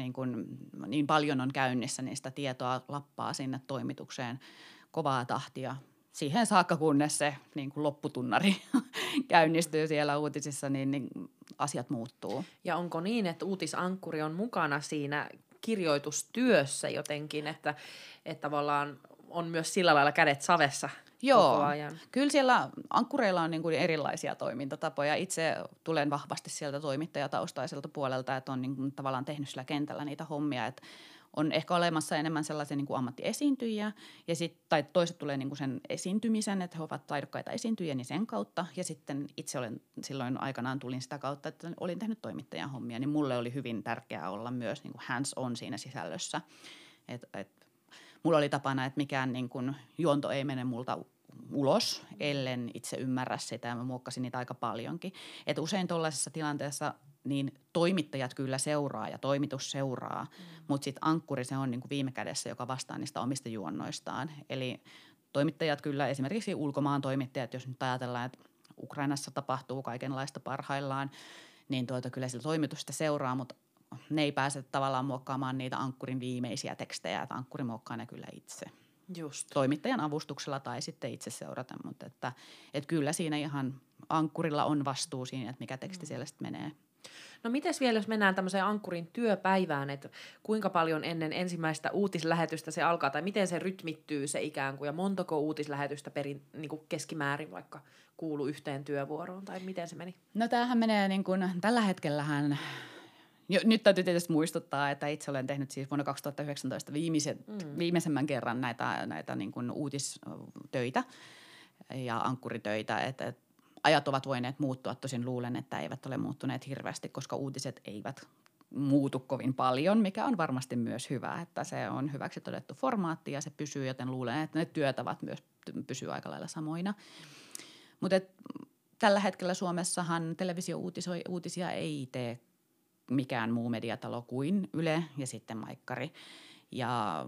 niin paljon on käynnissä, niin sitä tietoa lappaa sinne toimitukseen kovaa tahtia. Siihen saakka, kunnes se niin kuin lopputunnari käynnistyy siellä uutisissa, niin asiat muuttuu. Ja onko niin, että uutisankkuri on mukana siinä kirjoitustyössä jotenkin, että tavallaan on myös sillä lailla kädet savessa koko ajan? Kyllä siellä ankkureilla on niin kuin erilaisia toimintatapoja. Itse tulen vahvasti sieltä toimittajataustaiselta puolelta, että on niin kuin tavallaan tehnyt sillä kentällä niitä hommia, että on ehkä olemassa enemmän sellaisia niin kuin ammattiesiintyjiä tai toiset tulee niin kuin sen esiintymisen, että he ovat taidokkaita esiintyjiä, niin sen kautta. Ja sitten itse silloin aikanaan tulin sitä kautta, että olin tehnyt toimittajan hommia, niin mulle oli hyvin tärkeää olla myös niin kuin hands on siinä sisällössä. Mulla oli tapana, että mikään niin kuin juonto ei mene multa ulos, ellen itse ymmärrä sitä, ja mä muokkasin niitä aika paljonkin. Et usein tuollaisessa tilanteessa niin toimittajat kyllä seuraa ja toimitus seuraa, mutta sitten ankkuri se on niin kuin viime kädessä, joka vastaa niistä omista juonnoistaan. Eli toimittajat kyllä, esimerkiksi ulkomaan toimittajat, jos nyt ajatellaan, että Ukrainassa tapahtuu kaikenlaista parhaillaan, niin kyllä sillä toimitusta seuraa, mutta ne ei pääse tavallaan muokkaamaan niitä ankkurin viimeisiä tekstejä, että ankkuri muokkaa ne kyllä itse. Just. Toimittajan avustuksella tai sitten itse seurata, mutta että kyllä siinä ihan ankkurilla on vastuu siinä, että mikä teksti siellä sitten menee. No mites vielä, jos mennään tämmöiseen ankkurin työpäivään, että kuinka paljon ennen ensimmäistä uutislähetystä se alkaa, tai miten se rytmittyy se ikään kuin, ja montako uutislähetystä niin kuin keskimäärin vaikka kuuluu yhteen työvuoroon, tai miten se meni? No tämähän menee niin kuin, tällä hetkellähän, nyt täytyy tietysti muistuttaa, että itse olen tehnyt siis vuonna 2019 viimeisemmän kerran näitä niin kuin uutistöitä ja ankkuritöitä, että ajat ovat voineet muuttua, tosin luulen, että eivät ole muuttuneet hirveästi, koska uutiset eivät muutu kovin paljon, mikä on varmasti myös hyvä, että se on hyväksi todettu formaatti ja se pysyy, joten luulen, että ne työtavat myös pysyy aika lailla samoina. Mutta tällä hetkellä Suomessahan televisio-uutisia ei tee mikään muu mediatalo kuin Yle ja sitten Maikkari. Ja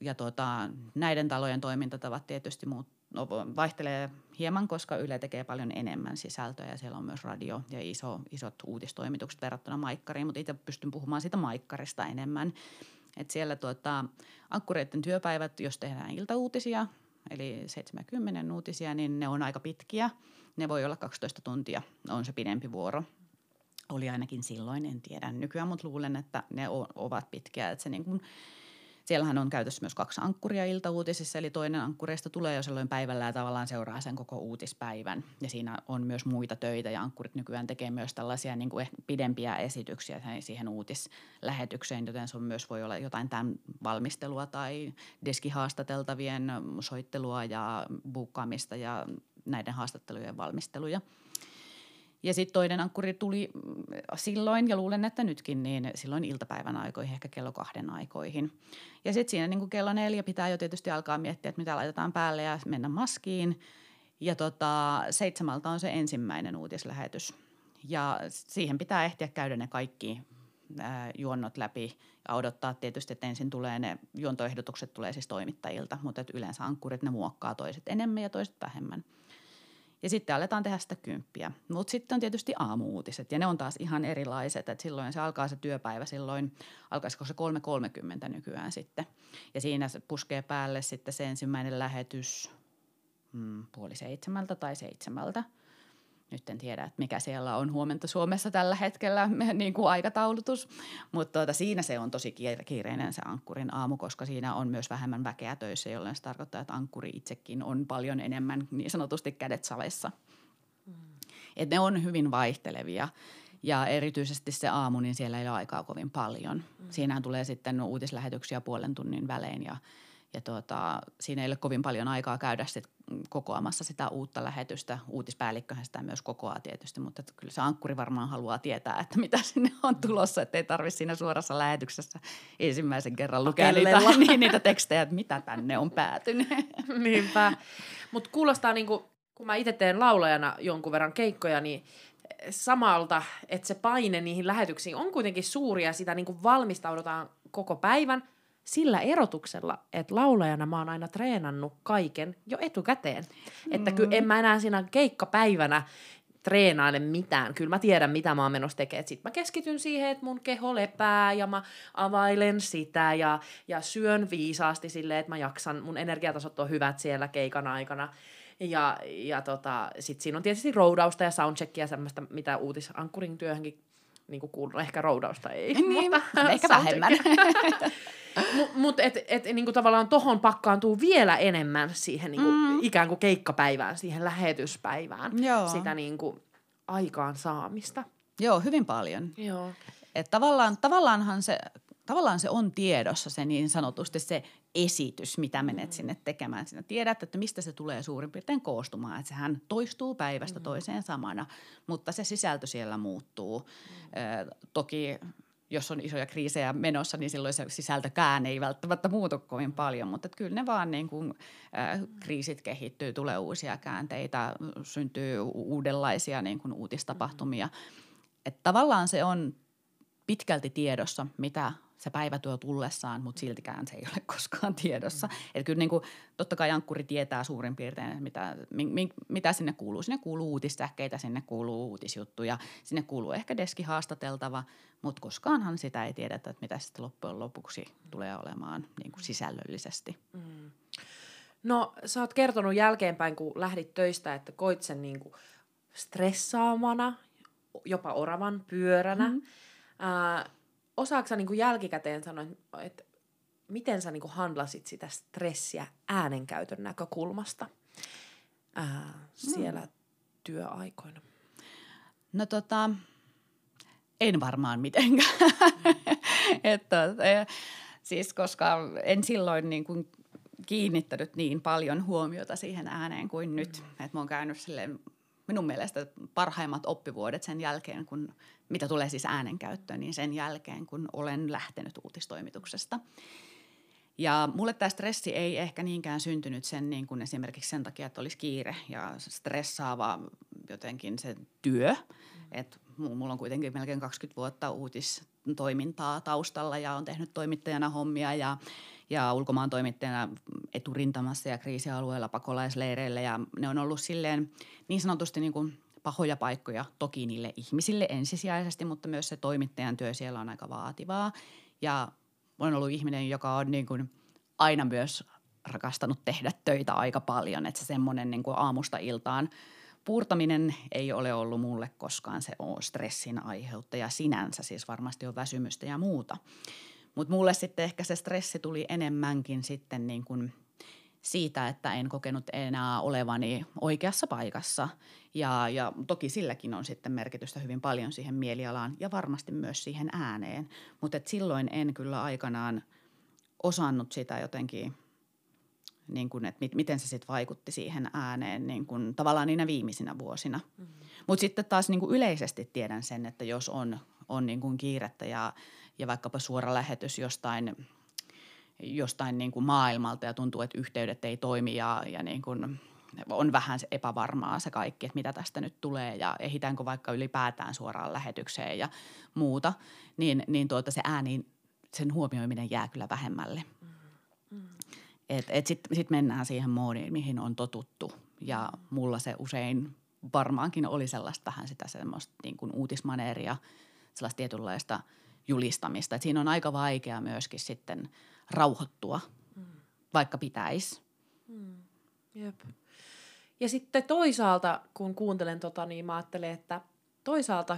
näiden talojen toimintatavat tietysti vaihtelee hieman, koska Yle tekee paljon enemmän sisältöä ja siellä on myös radio ja isot uutistoimitukset verrattuna Maikkariin, mutta itse pystyn puhumaan siitä Maikkarista enemmän. Et siellä ankkureiden työpäivät, jos tehdään iltauutisia, eli 70 uutisia, niin ne on aika pitkiä. Ne voi olla 12 tuntia, on se pidempi vuoro. Oli ainakin silloin, en tiedä nykyään, mutta luulen, että ne ovat pitkiä. Että se niin kuin, siellähän on käytössä myös 2 ankkuria iltauutisissa, eli toinen ankkureista tulee jo silloin päivällä ja tavallaan seuraa sen koko uutispäivän. Ja siinä on myös muita töitä ja ankkurit nykyään tekee myös tällaisia niin kuin pidempiä esityksiä siihen uutislähetykseen, joten se voi olla jotain tämän valmistelua tai deskihaastateltavien soittelua ja buukkaamista ja näiden haastattelujen valmisteluja. Ja sitten toinen ankkuri tuli silloin, ja luulen, että nytkin, niin silloin iltapäivän aikoihin, ehkä kello 2 aikoihin. Ja sitten siinä niin kuin kello 4 pitää jo tietysti alkaa miettiä, että mitä laitetaan päälle ja mennä maskiin. Ja 7 on se ensimmäinen uutislähetys. Ja siihen pitää ehtiä käydä ne kaikki juonnot läpi ja odottaa tietysti, että ensin tulee ne juontoehdotukset tulee siis toimittajilta, mutta yleensä ankkurit ne muokkaa toiset enemmän ja toiset vähemmän. Ja sitten aletaan tehdä sitä 10. Mutta sitten on tietysti aamu-uutiset ja ne on taas ihan erilaiset. Et silloin se alkaa se työpäivä, silloin alkaisiko se 3.30 nykyään sitten. Ja siinä se puskee päälle sitten se ensimmäinen lähetys 6:30 tai 7. Nyt en tiedä, että mikä siellä on huomenta Suomessa tällä hetkellä niin kuin aikataulutus, mutta siinä se on tosi kiireinen se ankkurin aamu, koska siinä on myös vähemmän väkeä töissä, jolloin se tarkoittaa, että ankkuri itsekin on paljon enemmän niin sanotusti kädet savessa. Että ne on hyvin vaihtelevia ja erityisesti se aamu, niin siellä ei ole aikaa kovin paljon. Siinähän tulee sitten uutislähetyksiä 0,5 tunnin välein ja siinä ei ole kovin paljon aikaa käydä sit kokoamassa sitä uutta lähetystä. Uutispäällikköhän sitä myös kokoaa tietysti, mutta kyllä se ankkuri varmaan haluaa tietää, että mitä sinne on tulossa, että ei tarvitse siinä suorassa lähetyksessä ensimmäisen kerran lukea niitä tekstejä, että mitä tänne on päätynyt. Niinpä. Mutta kuulostaa niin kuin, kun mä itse teen laulajana jonkun verran keikkoja, niin samalta, että se paine niihin lähetyksiin on kuitenkin suuri ja sitä niin kuin valmistaudutaan koko päivän. Sillä erotuksella, että laulajana mä oon aina treenannut kaiken jo etukäteen. Että kyllä en mä enää siinä keikkapäivänä treenaile mitään. Kyllä mä tiedän, mitä mä oon menossa tekemään. Sitten mä keskityn siihen, että mun keho lepää ja mä availen sitä ja syön viisaasti silleen, että mä jaksan. Mun energiatasot on hyvät siellä keikan aikana. Ja sit siinä on tietysti roudausta ja soundcheckia semmoista, mitä uutisankkurin työhönkin niin kuin kuuluu. Ehkä roudausta ei, niin, mutta ehkä vähemmän. Mutta niinku tavallaan tohon pakkaantuu vielä enemmän siihen niinku ikään kuin keikkapäivään, siihen lähetyspäivään. Joo. Sitä niinku aikaan saamista. Joo, hyvin paljon. Joo. Et tavallaan se on tiedossa se niin sanotusti se esitys, mitä menet sinne tekemään. Sinä tiedät, että mistä se tulee suurin piirtein koostumaan. Että sehän toistuu päivästä toiseen samana, mutta se sisältö siellä muuttuu. Toki jos on isoja kriisejä menossa, niin silloin se sisältökään ei välttämättä muutu kovin paljon, mutta kyllä ne vaan niin kuin, kriisit kehittyy, tulee uusia käänteitä, syntyy uudenlaisia niin kuin uutistapahtumia. Että tavallaan se on pitkälti tiedossa, mitä se päivä tuo tullessaan, mutta siltikään se ei ole koskaan tiedossa. Että kyllä niin kuin, totta kai ankkuri tietää suurin piirtein, mitä sinne kuuluu. Sinne kuuluu uutissähkeitä, sinne kuuluu uutisjuttuja, sinne kuuluu ehkä deskihaastateltava, mutta koskaanhan sitä ei tiedetä, että mitä sitten loppujen lopuksi tulee olemaan niin kuin sisällöllisesti. No sä oot kertonut jälkeenpäin, kun lähdit töistä, että koit sen niin kuin stressaamana, jopa oravan pyöränä. Osaatko sä niin kuin jälkikäteen sanoa, että miten sä niin kuin handlasit sitä stressiä äänenkäytön näkökulmasta siellä työaikoina? No en varmaan mitenkään. Siis koska en silloin niin kuin kiinnittänyt niin paljon huomiota siihen ääneen kuin nyt. Että mä oon käynyt silleen minun mielestä parhaimmat oppivuodet sen jälkeen, mitä tulee siis äänenkäyttöön, niin sen jälkeen, kun olen lähtenyt uutistoimituksesta. Ja mulle tämä stressi ei ehkä niinkään syntynyt sen niin kuin esimerkiksi sen takia, että olisi kiire ja stressaava jotenkin se työ. Että mulla on kuitenkin melkein 20 vuotta uutistoimintaa taustalla ja on tehnyt toimittajana hommia ja ulkomaan toimittajana eturintamassa ja kriisialueella pakolaisleireillä. Ja ne on ollut silleen niin sanotusti niin kuin pahoja paikkoja toki niille ihmisille ensisijaisesti, mutta myös se toimittajan työ siellä on aika vaativaa. Ja olen ollut ihminen, joka on niin kuin aina myös rakastanut tehdä töitä aika paljon. Että se semmoinen niin kuin aamusta iltaan puurtaminen ei ole ollut mulle koskaan se stressin aiheuttaja sinänsä, siis varmasti on väsymystä ja muuta. Mutta mulle sitten ehkä se stressi tuli enemmänkin sitten niin kuin siitä, että en kokenut enää olevani oikeassa paikassa. Ja toki silläkin on sitten merkitystä hyvin paljon siihen mielialaan ja varmasti myös siihen ääneen. Mutta silloin en kyllä aikanaan osannut sitä jotenkin, niin kuin, että miten se sitten vaikutti siihen ääneen niin kuin, tavallaan niinä viimeisinä vuosina. Mutta sitten taas niin kuin yleisesti tiedän sen, että jos on niin kuin kiirettä ja vaikkapa suora lähetys jostain niin kuin maailmalta ja tuntuu, että yhteydet ei toimi ja niin kuin on vähän se epävarmaa se kaikki, että mitä tästä nyt tulee ja ehditäänkö vaikka ylipäätään suoraan lähetykseen ja muuta, niin se ääni, sen huomioiminen jää kyllä vähemmälle. Sitten mennään siihen moodiin, mihin on totuttu ja mulla se usein varmaankin oli sellaista vähän sitä semmoista niin kuin uutismaneeria, sellaista tietynlaista julistamista. Et siinä on aika vaikea myöskin sitten rauhoittua, vaikka pitäisi. Jep. Ja sitten toisaalta, kun kuuntelen niin mä ajattelen, että toisaalta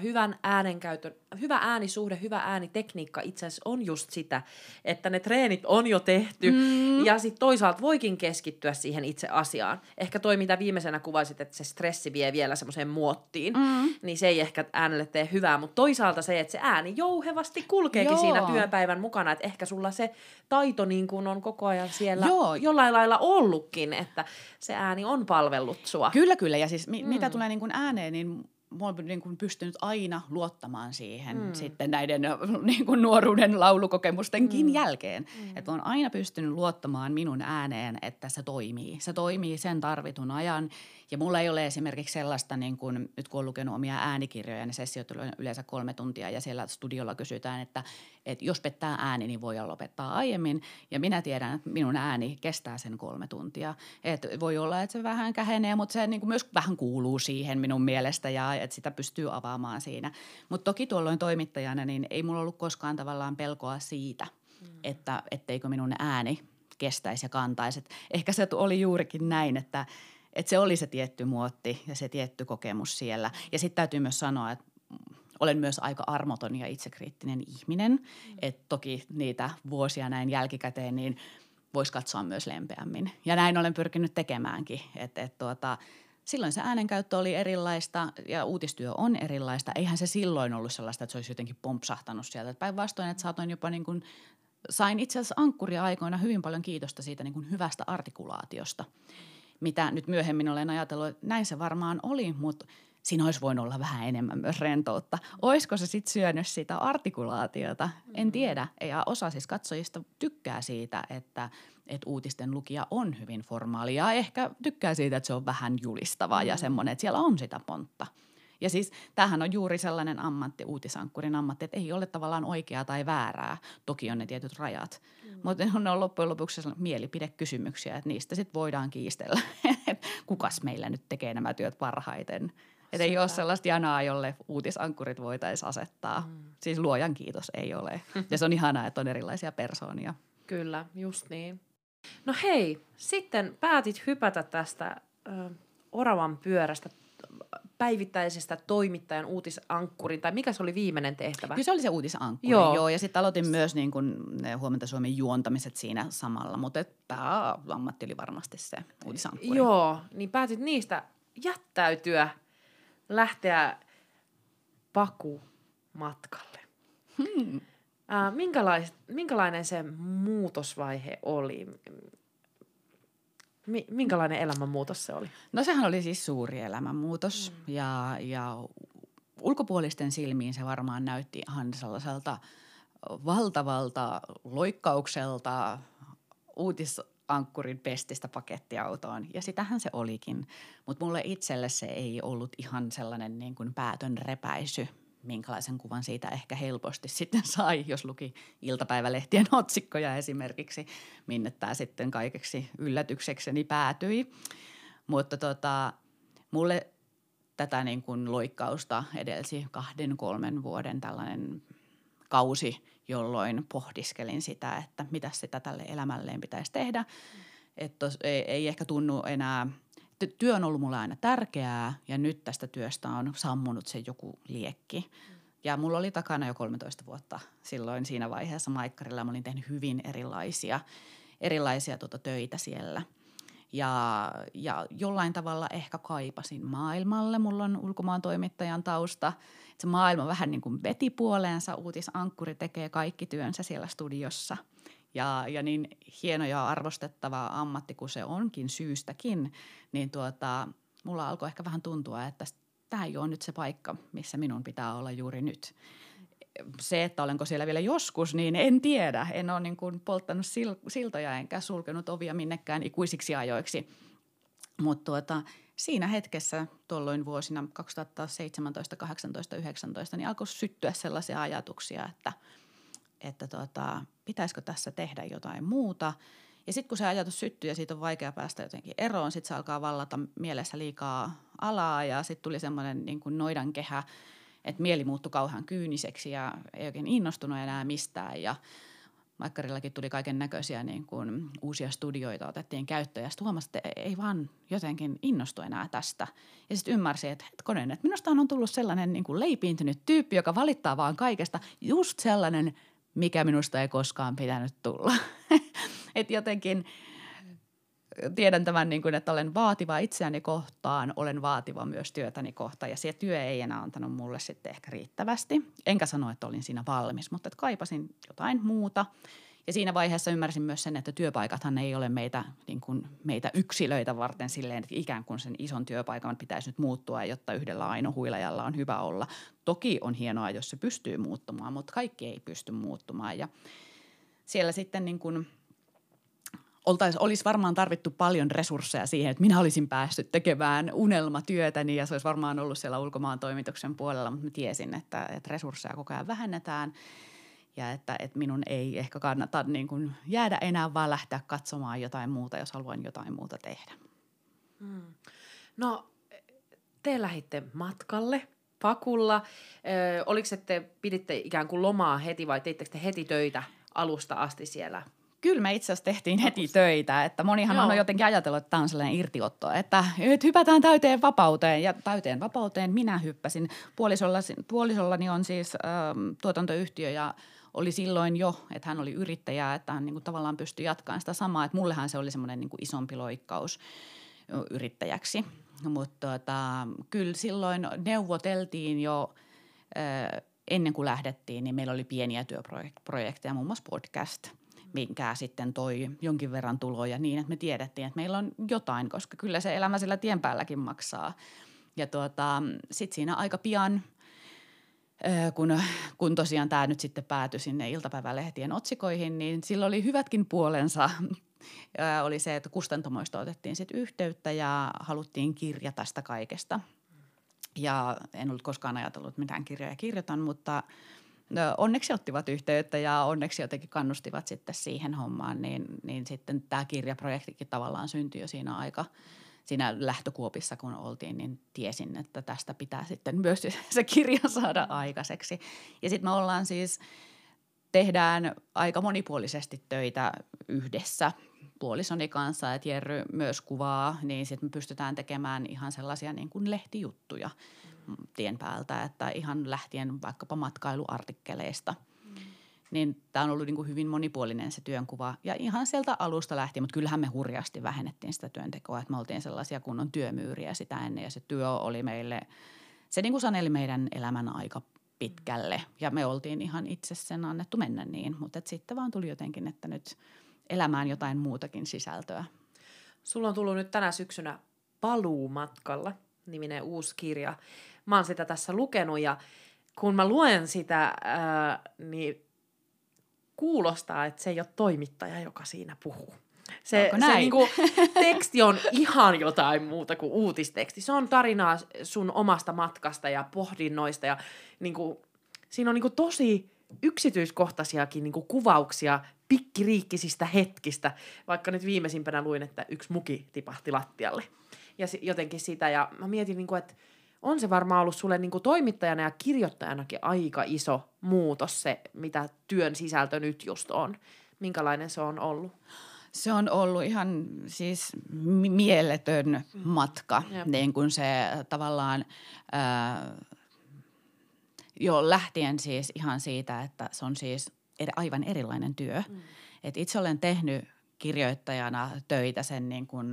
hyvä äänisuhde, hyvä äänitekniikka itse asiassa on just sitä, että ne treenit on jo tehty ja sitten toisaalta voikin keskittyä siihen itse asiaan. Ehkä toi, mitä viimeisenä kuvasit, että se stressi vie vielä semmoiseen muottiin, niin se ei ehkä äänelle tee hyvää, mutta toisaalta se, että se ääni jouhevasti kulkeekin siinä työpäivän mukana, että ehkä sulla se taito niin kuin on koko ajan siellä jollain lailla ollutkin, että se ääni on palvellut sua. Kyllä ja siis mitä tulee niin kuin ääneen, niin mä oon niin kuin pystynyt aina luottamaan siihen sitten näiden niin kuin nuoruuden laulukokemustenkin jälkeen. Että mä oon aina pystynyt luottamaan minun ääneen, että se toimii. Se toimii sen tarvitun ajan. Ja mulla ei ole esimerkiksi sellaista, niin kuin, nyt kun olen lukenut omia äänikirjoja, niin sessiot on yleensä 3 tuntia ja siellä studiolla kysytään, että jos pettää ääni, niin voidaan lopettaa aiemmin. Ja minä tiedän, että minun ääni kestää sen 3 tuntia. Et voi olla, että se vähän kähenee, mutta se niin kuin myös vähän kuuluu siihen minun mielestä ja että sitä pystyy avaamaan siinä. Mutta toki tuolloin toimittajana, niin ei mulla ollut koskaan tavallaan pelkoa siitä, että etteikö minun ääni kestäisi ja kantaisi. Et ehkä se oli juurikin näin, että se oli se tietty muotti ja se tietty kokemus siellä. Ja sitten täytyy myös sanoa, että olen myös aika armoton ja itsekriittinen ihminen. Että toki niitä vuosia näin jälkikäteen, niin voisi katsoa myös lempeämmin. Ja näin olen pyrkinyt tekemäänkin. Silloin se äänenkäyttö oli erilaista ja uutistyö on erilaista. Eihän se silloin ollut sellaista, että se olisi jotenkin pompsahtanut sieltä. Päinvastoin, että saatoin jopa niin kuin, sain itse asiassa ankkuria-aikoina hyvin paljon kiitosta siitä niin kuin hyvästä artikulaatiosta. Mitä nyt myöhemmin olen ajatellut, että näin se varmaan oli, mutta siinä olisi voinut olla vähän enemmän myös rentoutta. Olisiko se sitten syönyt sitä artikulaatiota? En tiedä. Ja osa siis katsojista tykkää siitä, että uutisten lukija on hyvin formaali ja ehkä tykkää siitä, että se on vähän julistavaa ja semmoinen, että siellä on sitä pontta. Ja siis tämähän on juuri sellainen ammatti, uutisankkurin ammatti, että ei ole tavallaan oikeaa tai väärää. Toki on ne tietyt rajat, mutta ne on loppujen lopuksi mielipidekysymyksiä, että niistä sitten voidaan kiistellä, että kukas meillä nyt tekee nämä työt parhaiten. Että ei ole sellaista janaa, jolle uutisankkurit voitaisiin asettaa. Siis luojan kiitos ei ole. Ja se on ihanaa, että on erilaisia persoonia. Kyllä, just niin. No hei, sitten päätit hypätä tästä oravan pyörästä päivittäisestä toimittajan uutisankkurin, tai mikä se oli viimeinen tehtävä? Kyllä se oli se uutisankkuri, joo. Ja sitten aloitin myös niin kuin Huomenta Suomen juontamiset siinä samalla, mutta pääammatti oli varmasti se uutisankkuri. Joo, niin päätit niistä jättäytyä, lähteä pakumatkalle. Minkälainen se muutosvaihe oli? Minkälainen elämänmuutos se oli? No sehän oli siis suuri elämänmuutos ja ulkopuolisten silmiin se varmaan näytti ihan sellaiselta valtavalta loikkaukselta uutisankkurin pestistä pakettiautoon. Ja sitähän se olikin, mutta mulle itselle se ei ollut ihan sellainen niin kuin päätön repäisy, minkälaisen kuvan siitä ehkä helposti sitten sai, jos luki iltapäivälehtien otsikkoja esimerkiksi, minne tämä sitten kaikeksi yllätyksekseni päätyi. Mutta mulle tätä niin kuin loikkausta edelsi 2-3 vuoden tällainen kausi, jolloin pohdiskelin sitä, että mitä sitä tälle elämälleen pitäisi tehdä. Että ei ehkä tunnu enää. Työ on ollut mulle aina tärkeää ja nyt tästä työstä on sammunut se joku liekki. Ja mulla oli takana jo 13 vuotta silloin siinä vaiheessa Maikkarilla. Mä olin tehnyt hyvin erilaisia töitä siellä. Ja jollain tavalla ehkä kaipasin maailmalle. Mulla on ulkomaan toimittajan tausta. Se maailma vähän niin kuin veti puoleensa. Uutisankkuri tekee kaikki työnsä siellä studiossa. Ja niin hieno ja arvostettava ammatti kuin se onkin syystäkin, niin mulla alkoi ehkä vähän tuntua, että tämä ei ole nyt se paikka, missä minun pitää olla juuri nyt. Se, että olenko siellä vielä joskus, niin en tiedä. En ole niin kuin polttanut siltoja enkä sulkenut ovia minnekään ikuisiksi ajoiksi. Mutta siinä hetkessä tuolloin vuosina 2017, 18, 19, niin alkoi syttyä sellaisia ajatuksia, että pitäisikö tässä tehdä jotain muuta. Ja sitten kun se ajatus syttyy ja siitä on vaikea päästä jotenkin eroon, sitten se alkaa vallata mielessä liikaa alaa ja sitten tuli semmoinen niin kuin noidankehä, että mieli muuttui kauhean kyyniseksi ja ei oikein innostunut enää mistään. Ja Maikkarillakin tuli kaiken näköisiä niin kuin uusia studioita, otettiin käyttöön ja sitten huomasi, että ei vaan jotenkin innostu enää tästä. Ja sitten ymmärsi, että hetkonen, että minustahan on tullut sellainen niin kuin leipiintynyt tyyppi, joka valittaa vaan kaikesta, just sellainen, mikä minusta ei koskaan pitänyt tulla. Että jotenkin tiedän tämän, niin kuin, että olen vaativa itseäni kohtaan, olen vaativa myös työtäni kohtaan ja se työ ei enää antanut mulle sitten ehkä riittävästi. Enkä sano, että olin siinä valmis, mutta että kaipasin jotain muuta. Ja siinä vaiheessa ymmärsin myös sen, että työpaikathan ei ole meitä yksilöitä varten silleen, että ikään kuin sen ison työpaikan pitäisi nyt muuttua, jotta yhdellä ainohuilajalla on hyvä olla. Toki on hienoa, jos se pystyy muuttumaan, mutta kaikki ei pysty muuttumaan. Ja siellä sitten niin kuin olisi varmaan tarvittu paljon resursseja siihen, että minä olisin päässyt tekemään unelmatyötäni ja se olisi varmaan ollut siellä ulkomaan toimituksen puolella, mutta mä tiesin, että resursseja koko ajan vähennetään. Ja että minun ei ehkä kannata niin kuin jäädä enää, vaan lähteä katsomaan jotain muuta, jos haluan jotain muuta tehdä. No, te lähditte matkalle, pakulla. Oliko se, että piditte ikään kuin lomaa heti vai teittekö te heti töitä alusta asti siellä? Kyllä me itse asiassa tehtiin heti töitä, että monihan on jotenkin ajatellut, että tämä on sellainen irtiotto, että hypätään täyteen vapauteen ja täyteen vapauteen minä hyppäsin. Puolisollani on siis tuotantoyhtiö ja oli silloin jo, että hän oli yrittäjä, että hän niin kuin tavallaan pystyi jatkamaan sitä samaa, että mullehan se oli semmoinen niin kuin isompi loikkaus yrittäjäksi, mutta kyllä silloin neuvoteltiin jo ennen kuin lähdettiin, niin meillä oli pieniä työprojekteja, muun muassa podcast, minkä sitten toi jonkin verran tuloja niin, että me tiedettiin, että meillä on jotain, koska kyllä se elämä sillä tien päälläkin maksaa. Ja sitten siinä aika pian, kun tosiaan tämä nyt sitten päätyi sinne iltapäivälehtien otsikoihin, niin sillä oli hyvätkin puolensa. Oli se, että kustantamoista otettiin sitten yhteyttä ja haluttiin kirja tästä kaikesta. Ja en ollut koskaan ajatellut, että mitään kirjoja kirjoitan, mutta onneksi ottivat yhteyttä ja onneksi jotenkin kannustivat sitten siihen hommaan, niin sitten tämä kirjaprojektikin tavallaan syntyi jo siinä lähtökuopissa, kun oltiin, niin tiesin, että tästä pitää sitten myös se kirja saada aikaiseksi. Ja sitten me ollaan siis, tehdään aika monipuolisesti töitä yhdessä puolisoni kanssa, että Jerry myös kuvaa, niin sitten me pystytään tekemään ihan sellaisia niin kuin lehtijuttuja tien päältä, että ihan lähtien vaikkapa matkailuartikkeleista. Niin tämä on ollut niin kuin hyvin monipuolinen se työnkuva ja ihan sieltä alusta lähtien, mutta kyllähän me hurjasti vähennettiin sitä työntekoa, että me oltiin sellaisia kunnon työmyyriä sitä ennen ja se työ oli meille, se niin kuin saneli meidän elämän aika pitkälle ja me oltiin ihan itse sen annettu mennä niin, mutta sitten vaan tuli jotenkin, että nyt elämään jotain muutakin sisältöä. Sulla on tullut nyt tänä syksynä Paluumatkalla -niminen uusi kirja. Mä oon sitä tässä lukenut ja kun mä luen sitä, niin kuulostaa, että se ei ole toimittaja, joka siinä puhuu. Se niinku, teksti on ihan jotain muuta kuin uutisteksti. Se on tarinaa sun omasta matkasta ja pohdinnoista ja niinku, siinä on niinku tosi yksityiskohtaisiakin niinku kuvauksia pikkiriikkisistä hetkistä. Vaikka nyt viimeisimpänä luin, että yksi muki tipahti lattialle. Ja jotenkin sitä. Ja mä mietin, niinku, että on se varmaan ollut sulle niinku toimittajana ja kirjoittajanakin aika iso muutos se, mitä työn sisältö nyt just on. Minkälainen se on ollut? Se on ollut ihan siis mieletön matka, niin kuin se tavallaan jo lähtien siis ihan siitä, että se on siis aivan erilainen työ. Et itse olen tehnyt kirjoittajana töitä sen niin kuin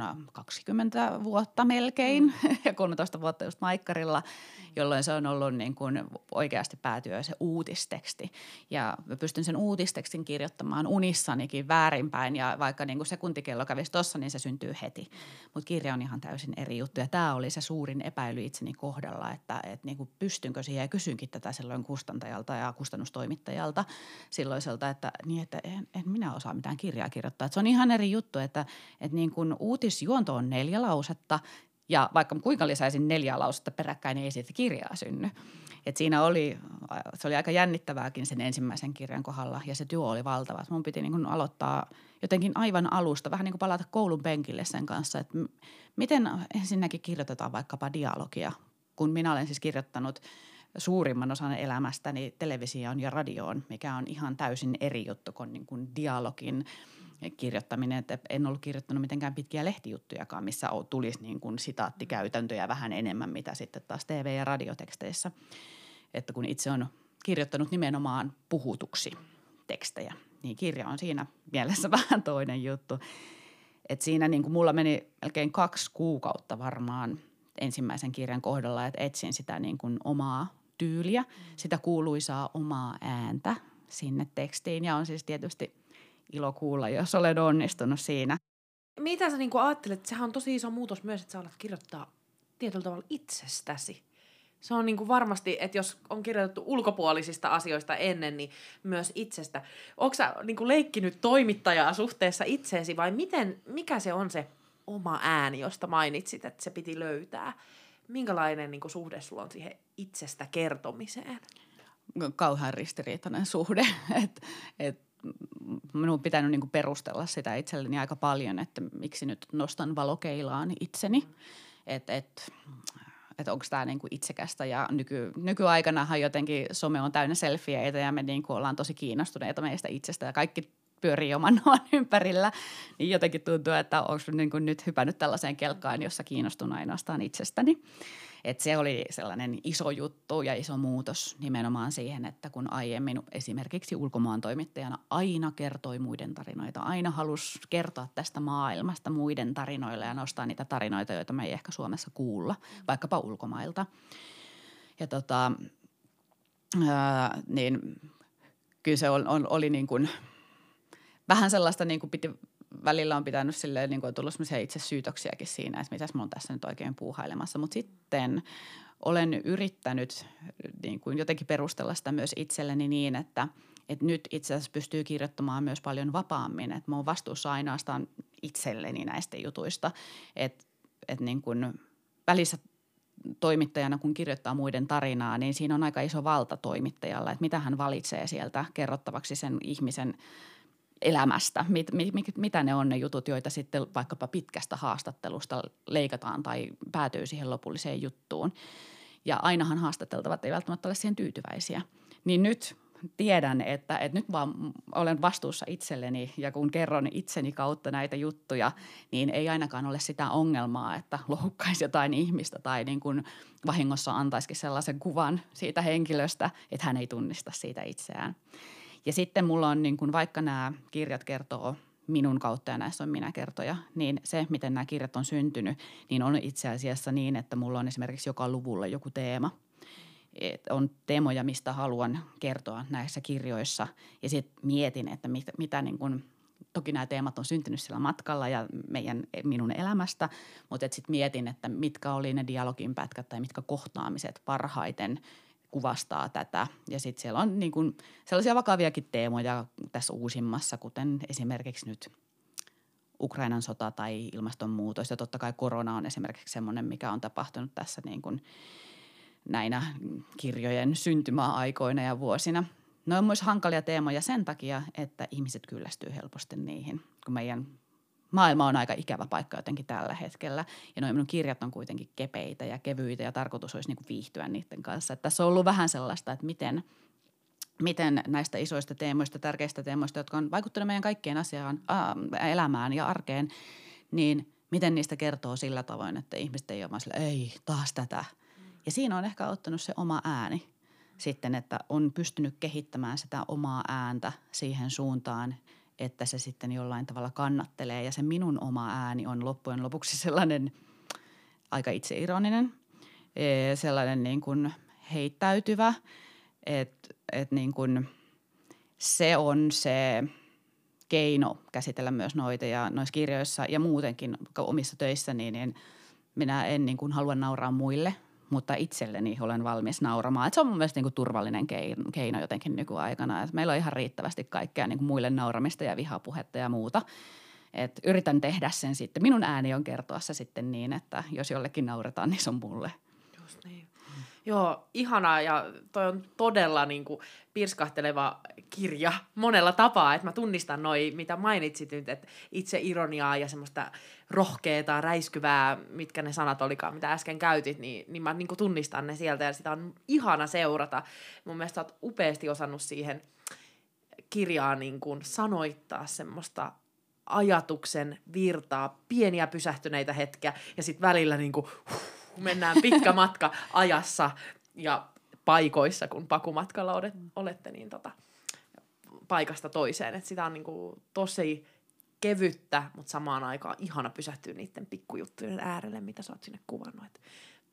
20 vuotta melkein ja 13 vuotta just Maikkarilla, jolloin se on ollut niin kuin oikeasti päätyö se uutisteksti. Ja mä pystyn sen uutistekstin kirjoittamaan unissanikin väärinpäin ja vaikka niin kuin sekuntikello kävisi tossa, niin se syntyy heti. Mutta kirja on ihan täysin eri juttu ja tämä oli se suurin epäily itseni kohdalla, että niin kuin pystynkö siihen ja kysynkin tätä silloin kustantajalta ja kustannustoimittajalta silloiselta, että en minä osaa mitään kirjaa kirjoittaa. Että se on ihan eri juttu, että niin kuin uutisjuonto on 4 lausetta ja vaikka kuinka lisäisin 4 lausetta peräkkäin, niin ei siitä kirjaa synny. Et siinä se oli aika jännittävääkin sen ensimmäisen kirjan kohdalla ja se työ oli valtava. Mun piti niin kuin aloittaa jotenkin aivan alusta, vähän niin kuin palata koulun penkille sen kanssa, että miten ensinnäkin kirjoitetaan vaikkapa dialogia, kun minä olen siis kirjoittanut suurimman osan elämästäni televisioon ja radioon, mikä on ihan täysin eri juttu kuin, niin kuin dialogin kirjoittaminen. Että en ollut kirjoittanut mitenkään pitkiä lehtijuttujakaan, missä tulisi niin kuin sitaattikäytäntöjä vähän enemmän, mitä sitten taas TV- ja radioteksteissä. Että kun itse on kirjoittanut nimenomaan puhutuksi tekstejä, niin kirja on siinä mielessä vähän toinen juttu. Että siinä niin kuin mulla meni melkein 2 kuukautta varmaan ensimmäisen kirjan kohdalla, että etsin sitä niin kuin omaa tyyliä, sitä kuuluisaa omaa ääntä sinne tekstiin ja on siis tietysti ilo kuulla, jos olen onnistunut siinä. Mitä sä niinku ajattelet, että sehän on tosi iso muutos myös, että sä alat kirjoittaa tietyllä tavalla itsestäsi. Se on niinku varmasti, että jos on kirjoitettu ulkopuolisista asioista ennen, niin myös itsestä. Ootko sä niinku leikkinyt toimittajaa suhteessa itseesi vai mikä se on se oma ääni, josta mainitsit, että se piti löytää? Minkälainen niinku suhde sulla on siihen itsestä kertomiseen? Kauhean ristiriitainen suhde, että minun on pitänyt niin kuin perustella sitä itselleni aika paljon, että miksi nyt nostan valokeilaan itseni, että onko tämä niin kuin itsekästä ja nykyaikanahan jotenkin some on täynnä selfieitä ja me niin kuin ollaan tosi kiinnostuneita meistä itsestä ja kaikki pyörii oman ympärillä, niin jotenkin tuntuu, että onko niin kuin nyt hypännyt tällaiseen kelkkaan, jossa kiinnostun ainoastaan itsestäni. Että se oli sellainen iso juttu ja iso muutos nimenomaan siihen, että kun aiemmin esimerkiksi ulkomaan toimittajana aina kertoi muiden tarinoita, aina halusi kertoa tästä maailmasta muiden tarinoilla ja nostaa niitä tarinoita, joita me ei ehkä Suomessa kuulla, vaikkapa ulkomailta. Ja niin kyllä se oli niin kuin vähän sellaista niin kuin piti välillä on pitänyt silleen, niin kuin on tullut sellaisia itse syytöksiäkin siinä, että mitäs mä oon tässä nyt oikein puuhailemassa. Mutta sitten olen yrittänyt niin kuin jotenkin perustella sitä myös itselleni niin, että nyt itse asiassa pystyy kirjoittamaan myös paljon vapaammin. Että mä oon vastuussa ainoastaan itselleni näistä jutuista. Että niin kuin välissä toimittajana, kun kirjoittaa muiden tarinaa, niin siinä on aika iso valta toimittajalla, että mitä hän valitsee sieltä kerrottavaksi sen ihmisen elämästä. Mitä ne on ne jutut, joita sitten vaikkapa pitkästä haastattelusta leikataan tai päätyy siihen lopulliseen juttuun. Ja ainahan haastateltavat ei välttämättä ole siihen tyytyväisiä. Niin nyt tiedän, että nyt vaan olen vastuussa itselleni ja kun kerron itseni kautta näitä juttuja, niin ei ainakaan ole sitä ongelmaa, että loukkaisi jotain ihmistä tai niin kuin vahingossa antaisikin sellaisen kuvan siitä henkilöstä, että hän ei tunnista siitä itseään. Ja sitten mulla on niin kuin vaikka nämä kirjat kertoo minun kautta ja näissä on minä-kertoja, niin se, miten nämä kirjat on syntynyt, niin on itse asiassa niin, että mulla on esimerkiksi joka luvulla joku teema. On teemoja, mistä haluan kertoa näissä kirjoissa ja sitten mietin, että mitä niin kuin, toki nämä teemat on syntynyt sillä matkalla ja minun elämästä, mutta sitten mietin, että mitkä oli ne dialogin pätkät tai mitkä kohtaamiset parhaiten kuvastaa tätä. Ja sitten siellä on niin kuin sellaisia vakaviakin teemoja tässä uusimmassa, kuten esimerkiksi nyt Ukrainan sota tai ilmastonmuutos. Ja totta kai korona on esimerkiksi semmoinen, mikä on tapahtunut tässä niin kuin näinä kirjojen syntymäaikoina ja vuosina. Ne on myös hankalia teemoja sen takia, että ihmiset kyllästyy helposti niihin, kun meidän maailma on aika ikävä paikka jotenkin tällä hetkellä. Ja nuo minun kirjat on kuitenkin kepeitä ja kevyitä ja tarkoitus olisi niin kuin viihtyä niiden kanssa. Että tässä on ollut vähän sellaista, että miten näistä isoista teemoista, tärkeistä teemoista, jotka on vaikuttanut meidän kaikkien elämään ja arkeen, niin miten niistä kertoo sillä tavoin, että ihmiset ei ole vaan sillä, ei taas tätä. Ja siinä on ehkä ottanut se oma ääni sitten, että on pystynyt kehittämään sitä omaa ääntä siihen suuntaan, että se sitten jollain tavalla kannattelee. Ja se minun oma ääni on loppujen lopuksi sellainen aika itseironinen, sellainen niin kuin heittäytyvä, että niin kuin se on se keino käsitellä myös noita ja noissa kirjoissa ja muutenkin omissa töissäni, niin minä en niin kuin halua nauraa muille, mutta itselleni olen valmis nauramaan. Et se on mun mielestä niin kuin turvallinen keino jotenkin nykyaikana. Et meillä on ihan riittävästi kaikkea niin kuin muille nauramista ja vihapuhetta ja muuta. Et yritän tehdä sen sitten. Minun ääni on kertoa se sitten niin, että jos jollekin nauretaan, niin se on mulle. Just niin. Joo, ihanaa ja toi on todella niin kuin pirskahteleva kirja monella tapaa, että mä tunnistan noi, mitä mainitsit nyt, että itse ironiaa ja semmoista rohkeeta, räiskyvää, mitkä ne sanat olikaan, mitä äsken käytit, niin mä niin kuin tunnistan ne sieltä ja sitä on ihana seurata. Mun mielestä sä oot upeasti osannut siihen kirjaan niin kuin sanoittaa semmoista ajatuksen virtaa, pieniä pysähtyneitä hetkiä ja sitten välillä niin kuin mennään pitkä matka ajassa ja paikoissa, kun pakumatkalla olette niin paikasta toiseen. Et sitä on niinku tosi kevyttä, mutta samaan aikaan ihana pysähtyä niiden pikkujuttujen äärelle, mitä sä oot sinne kuvannut. Et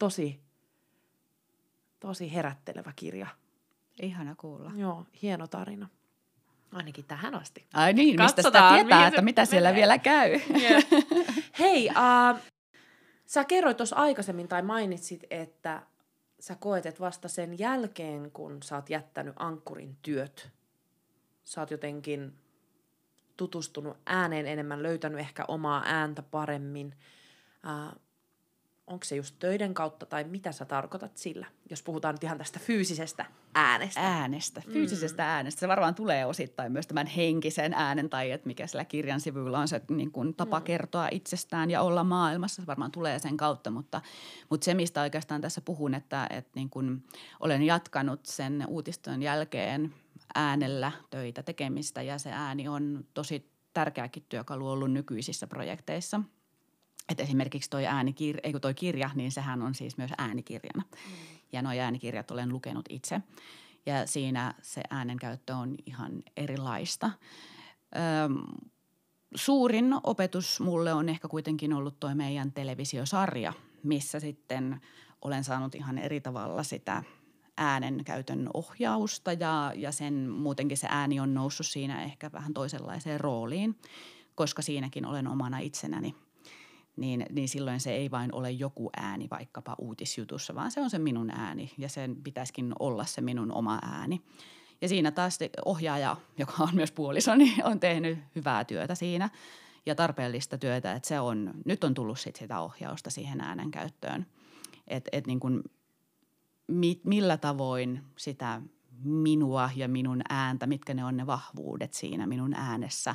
tosi herättelevä kirja. Ihana kuulla. Joo, hieno tarina. Ainakin tähän asti. Ai niin, mistä sitä tietää, että mitä siellä vielä käy. Yeah. Hei, sä kerroit tuossa aikaisemmin tai mainitsit, että sä koet, että vasta sen jälkeen, kun sä oot jättänyt ankkurin työt, sä oot jotenkin tutustunut ääneen enemmän, löytänyt ehkä omaa ääntä paremmin. Onko se just töiden kautta tai mitä sä tarkoitat sillä, jos puhutaan nyt ihan tästä fyysisestä äänestä? Fyysisestä äänestä. Se varmaan tulee osittain myös tämän henkisen äänen tai että mikä sillä kirjan sivuilla on se niin kuin tapa kertoa itsestään ja olla maailmassa. Se varmaan tulee sen kautta, mutta se mistä oikeastaan tässä puhun, että niin kuin olen jatkanut sen uutistojen jälkeen äänellä töitä tekemistä ja se ääni on tosi tärkeäkin työkalu ollut nykyisissä projekteissa. Että esimerkiksi toi kirja, niin sehän on siis myös äänikirjana. Ja nuo äänikirjat olen lukenut itse. Ja siinä se äänenkäyttö on ihan erilaista. Suurin opetus mulle on ehkä kuitenkin ollut toi meidän televisiosarja, missä sitten olen saanut ihan eri tavalla sitä äänenkäytön ohjausta ja sen muutenkin se ääni on noussut siinä ehkä vähän toisenlaiseen rooliin. koska siinäkin olen omana itsenäni. Niin silloin se ei vain ole joku ääni vaikkapa uutisjutussa, vaan se on se minun ääni ja sen pitäisikin olla se minun oma ääni. Ja siinä taas ohjaaja, joka on myös puolisoni, on tehnyt hyvää työtä siinä ja tarpeellista työtä, että nyt on tullut sitä ohjausta siihen äänen käyttöön. Että niin kuin, millä tavoin sitä minua ja minun ääntä, mitkä ne on ne vahvuudet siinä minun äänessä,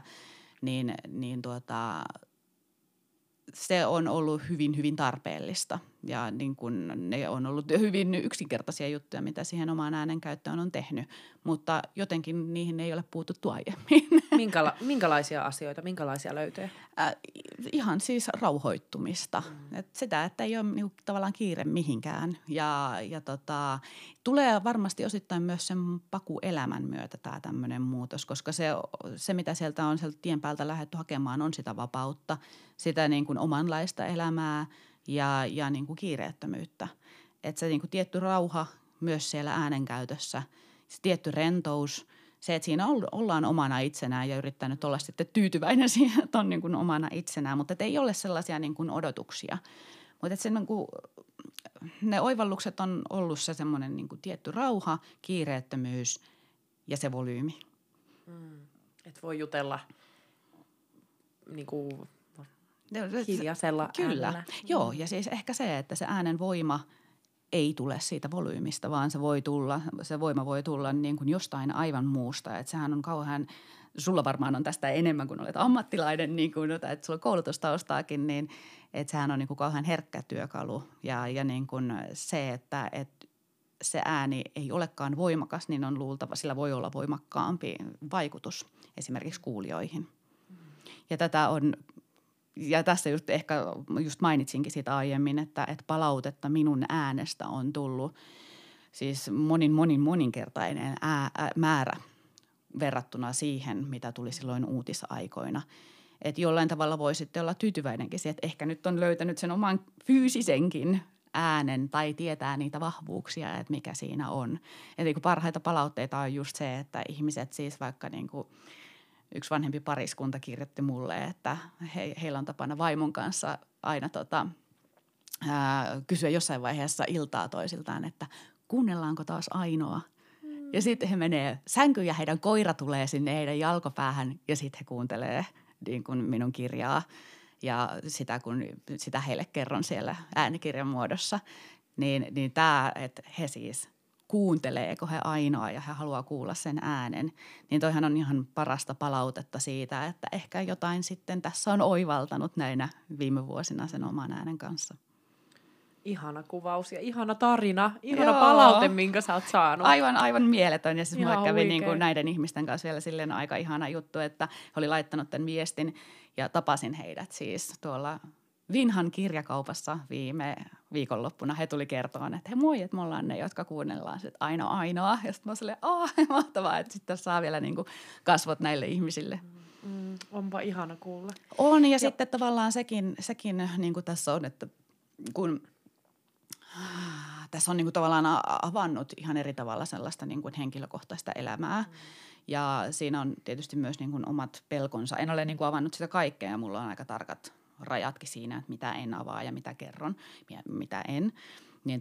se on ollut hyvin, hyvin tarpeellista ja niin kun ne on ollut hyvin yksinkertaisia juttuja, mitä siihen omaan äänen käyttöön on tehnyt, mutta jotenkin niihin ei ole puututtu aiemmin. Minkälaisia asioita, minkälaisia löytöjä? Ihan siis rauhoittumista. Sitä, että ei ole niinku tavallaan kiire mihinkään ja tulee varmasti osittain myös sen pakuelämän myötä tämä tämmöinen muutos, koska se mitä sieltä on sieltä tien päältä lähdetty hakemaan on sitä vapautta, sitä niin kuin omanlaista elämää ja niin kuin kiireettömyyttä. Että se niin kuin tietty rauha myös siellä äänenkäytössä, se tietty rentous, se, että siinä ollaan omana itsenään ja yrittänyt olla sitten tyytyväinen siihen, että on niin kuin omana itsenään, mutta ei ole sellaisia niin kuin odotuksia. Mutta se niin kuin, ne oivallukset on ollut se semmoinen niin kuin tietty rauha, kiireettömyys ja se volyymi. Että voi jutella niin kuin hiljaisella Kyllä. äänellä. Joo, ja siis ehkä se, että se äänen voima ei tule siitä volyymista, vaan se voima voi tulla niin kuin jostain aivan muusta. Että sehän on kauhean, sulla varmaan on tästä enemmän kuin olet ammattilainen, niin kuin, että sulla on koulutustaustaakin, niin että sehän on niin kuin kauhean herkkä työkalu. Ja niin kuin se, että se ääni ei olekaan voimakas, niin on luultava, sillä voi olla voimakkaampi vaikutus esimerkiksi kuulijoihin. Ja tätä on... Ja tässä just mainitsinkin sitä aiemmin, että palautetta minun äänestä on tullut siis moninkertainen määrä verrattuna siihen, mitä tuli silloin uutisaikoina. Että jollain tavalla voi sitten olla tyytyväinenkin siihen, että ehkä nyt on löytänyt sen oman fyysisenkin äänen tai tietää niitä vahvuuksia, että mikä siinä on. Eli kun parhaita palautteita on just se, että ihmiset siis vaikka niin kuin yksi vanhempi pariskunta kirjoitti mulle, että heillä on tapana vaimon kanssa aina kysyä jossain vaiheessa iltaa toisiltaan, että kuunnellaanko taas Ainoa. Ja sitten he menee sänkyyn ja heidän koira tulee sinne heidän jalkopäähän ja sitten he kuuntelee niin kuin minun kirjaa. Ja sitä heille kerron siellä äänikirjan muodossa, niin tämä, että he siis kuunteleeko he Ainoa ja he haluaa kuulla sen äänen, niin toihan on ihan parasta palautetta siitä, että ehkä jotain sitten tässä on oivaltanut näinä viime vuosina sen oman äänen kanssa. Ihana kuvaus ja ihana tarina, ihana palaute, minkä sä oot saanut. Aivan mieletön ja siis mulle kävi niin kuin näiden ihmisten kanssa vielä silleen aika ihana juttu, että he oli laittanut tämän viestin ja tapasin heidät siis tuolla Vinhan kirjakaupassa viime viikonloppuna. He tuli kertoa, että hei moi, että me ollaan ne, jotka kuunnellaan sit Ainoa. Ja sitten mä silleen, mahtavaa, että sitten saa vielä niinku kasvot näille ihmisille. Onpa ihana kuulla. On ja sitten tavallaan sekin niin kuin tässä on, että kun tässä on niin kuin tavallaan avannut ihan eri tavalla sellaista niin kuin henkilökohtaista elämää. Ja siinä on tietysti myös niin kuin omat pelkonsa. En ole niin kuin avannut sitä kaikkea ja mulla on aika tarkat rajatkin siinä, että mitä en avaa ja mitä kerron, mitä en. Niin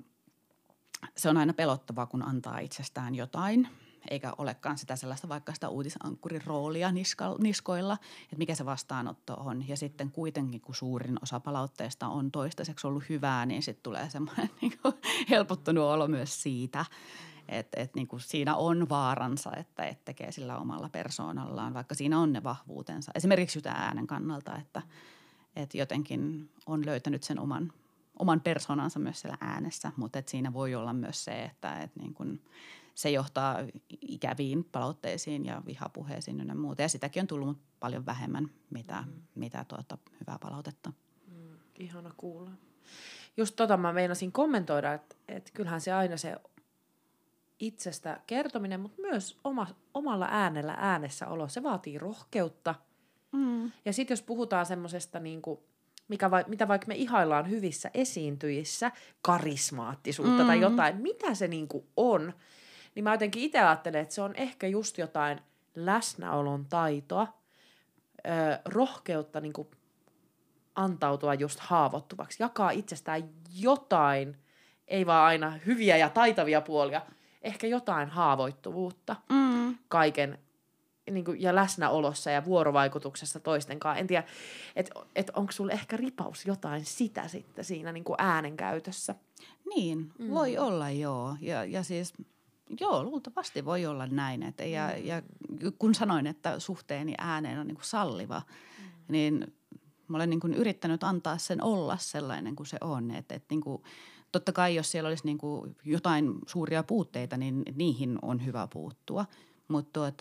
se on aina pelottavaa, kun antaa itsestään jotain, eikä olekaan sitä sellaista vaikka sitä uutisankkurin roolia niskoilla, että mikä se vastaanotto on. Ja sitten kuitenkin, kun suurin osa palautteesta on toistaiseksi ollut hyvää, niin sitten tulee semmoinen niin kuin helpottunut olo myös siitä, että niin kuin siinä on vaaransa, että et tekee sillä omalla persoonallaan, vaikka siinä on ne vahvuutensa. Esimerkiksi sitä äänen kannalta, että jotenkin on löytänyt sen oman persoonansa myös siellä äänessä, mutta että siinä voi olla myös se, että niin kuin se johtaa ikäviin palautteisiin ja vihapuheisiin ja muuta. Ja sitäkin on tullut paljon vähemmän, mitä hyvää palautetta. Ihana kuulla. Just mä meinasin kommentoida, että kyllähän se aina se itsestä kertominen, mutta myös omalla äänellä olo, se vaatii rohkeutta. Ja sitten jos puhutaan semmosesta niinku, mitä vaikka me ihaillaan hyvissä esiintyjissä, karismaattisuutta tai jotain, mitä se niinku on, niin mä jotenkin itse ajattelen, että se on ehkä just jotain läsnäolon taitoa, rohkeutta niin kuin antautua just haavoittuvaksi, jakaa itsestään jotain, ei vaan aina hyviä ja taitavia puolia, ehkä jotain haavoittuvuutta kaiken niin kuin, ja läsnäolossa ja vuorovaikutuksessa toisten kanssa. En tiedä, että onko sulla ehkä ripaus jotain sitä sitten siinä niin kuin äänenkäytössä. Niin, voi olla joo. Ja siis joo, luultavasti voi olla näin. Että, ja kun sanoin, että suhteeni ääneen on niin kuin salliva, niin mä olen niin kuin yrittänyt antaa sen olla sellainen kuin se on. Että niin kuin, totta kai jos siellä olisi niin kuin jotain suuria puutteita, niin niihin on hyvä puuttua. Mutta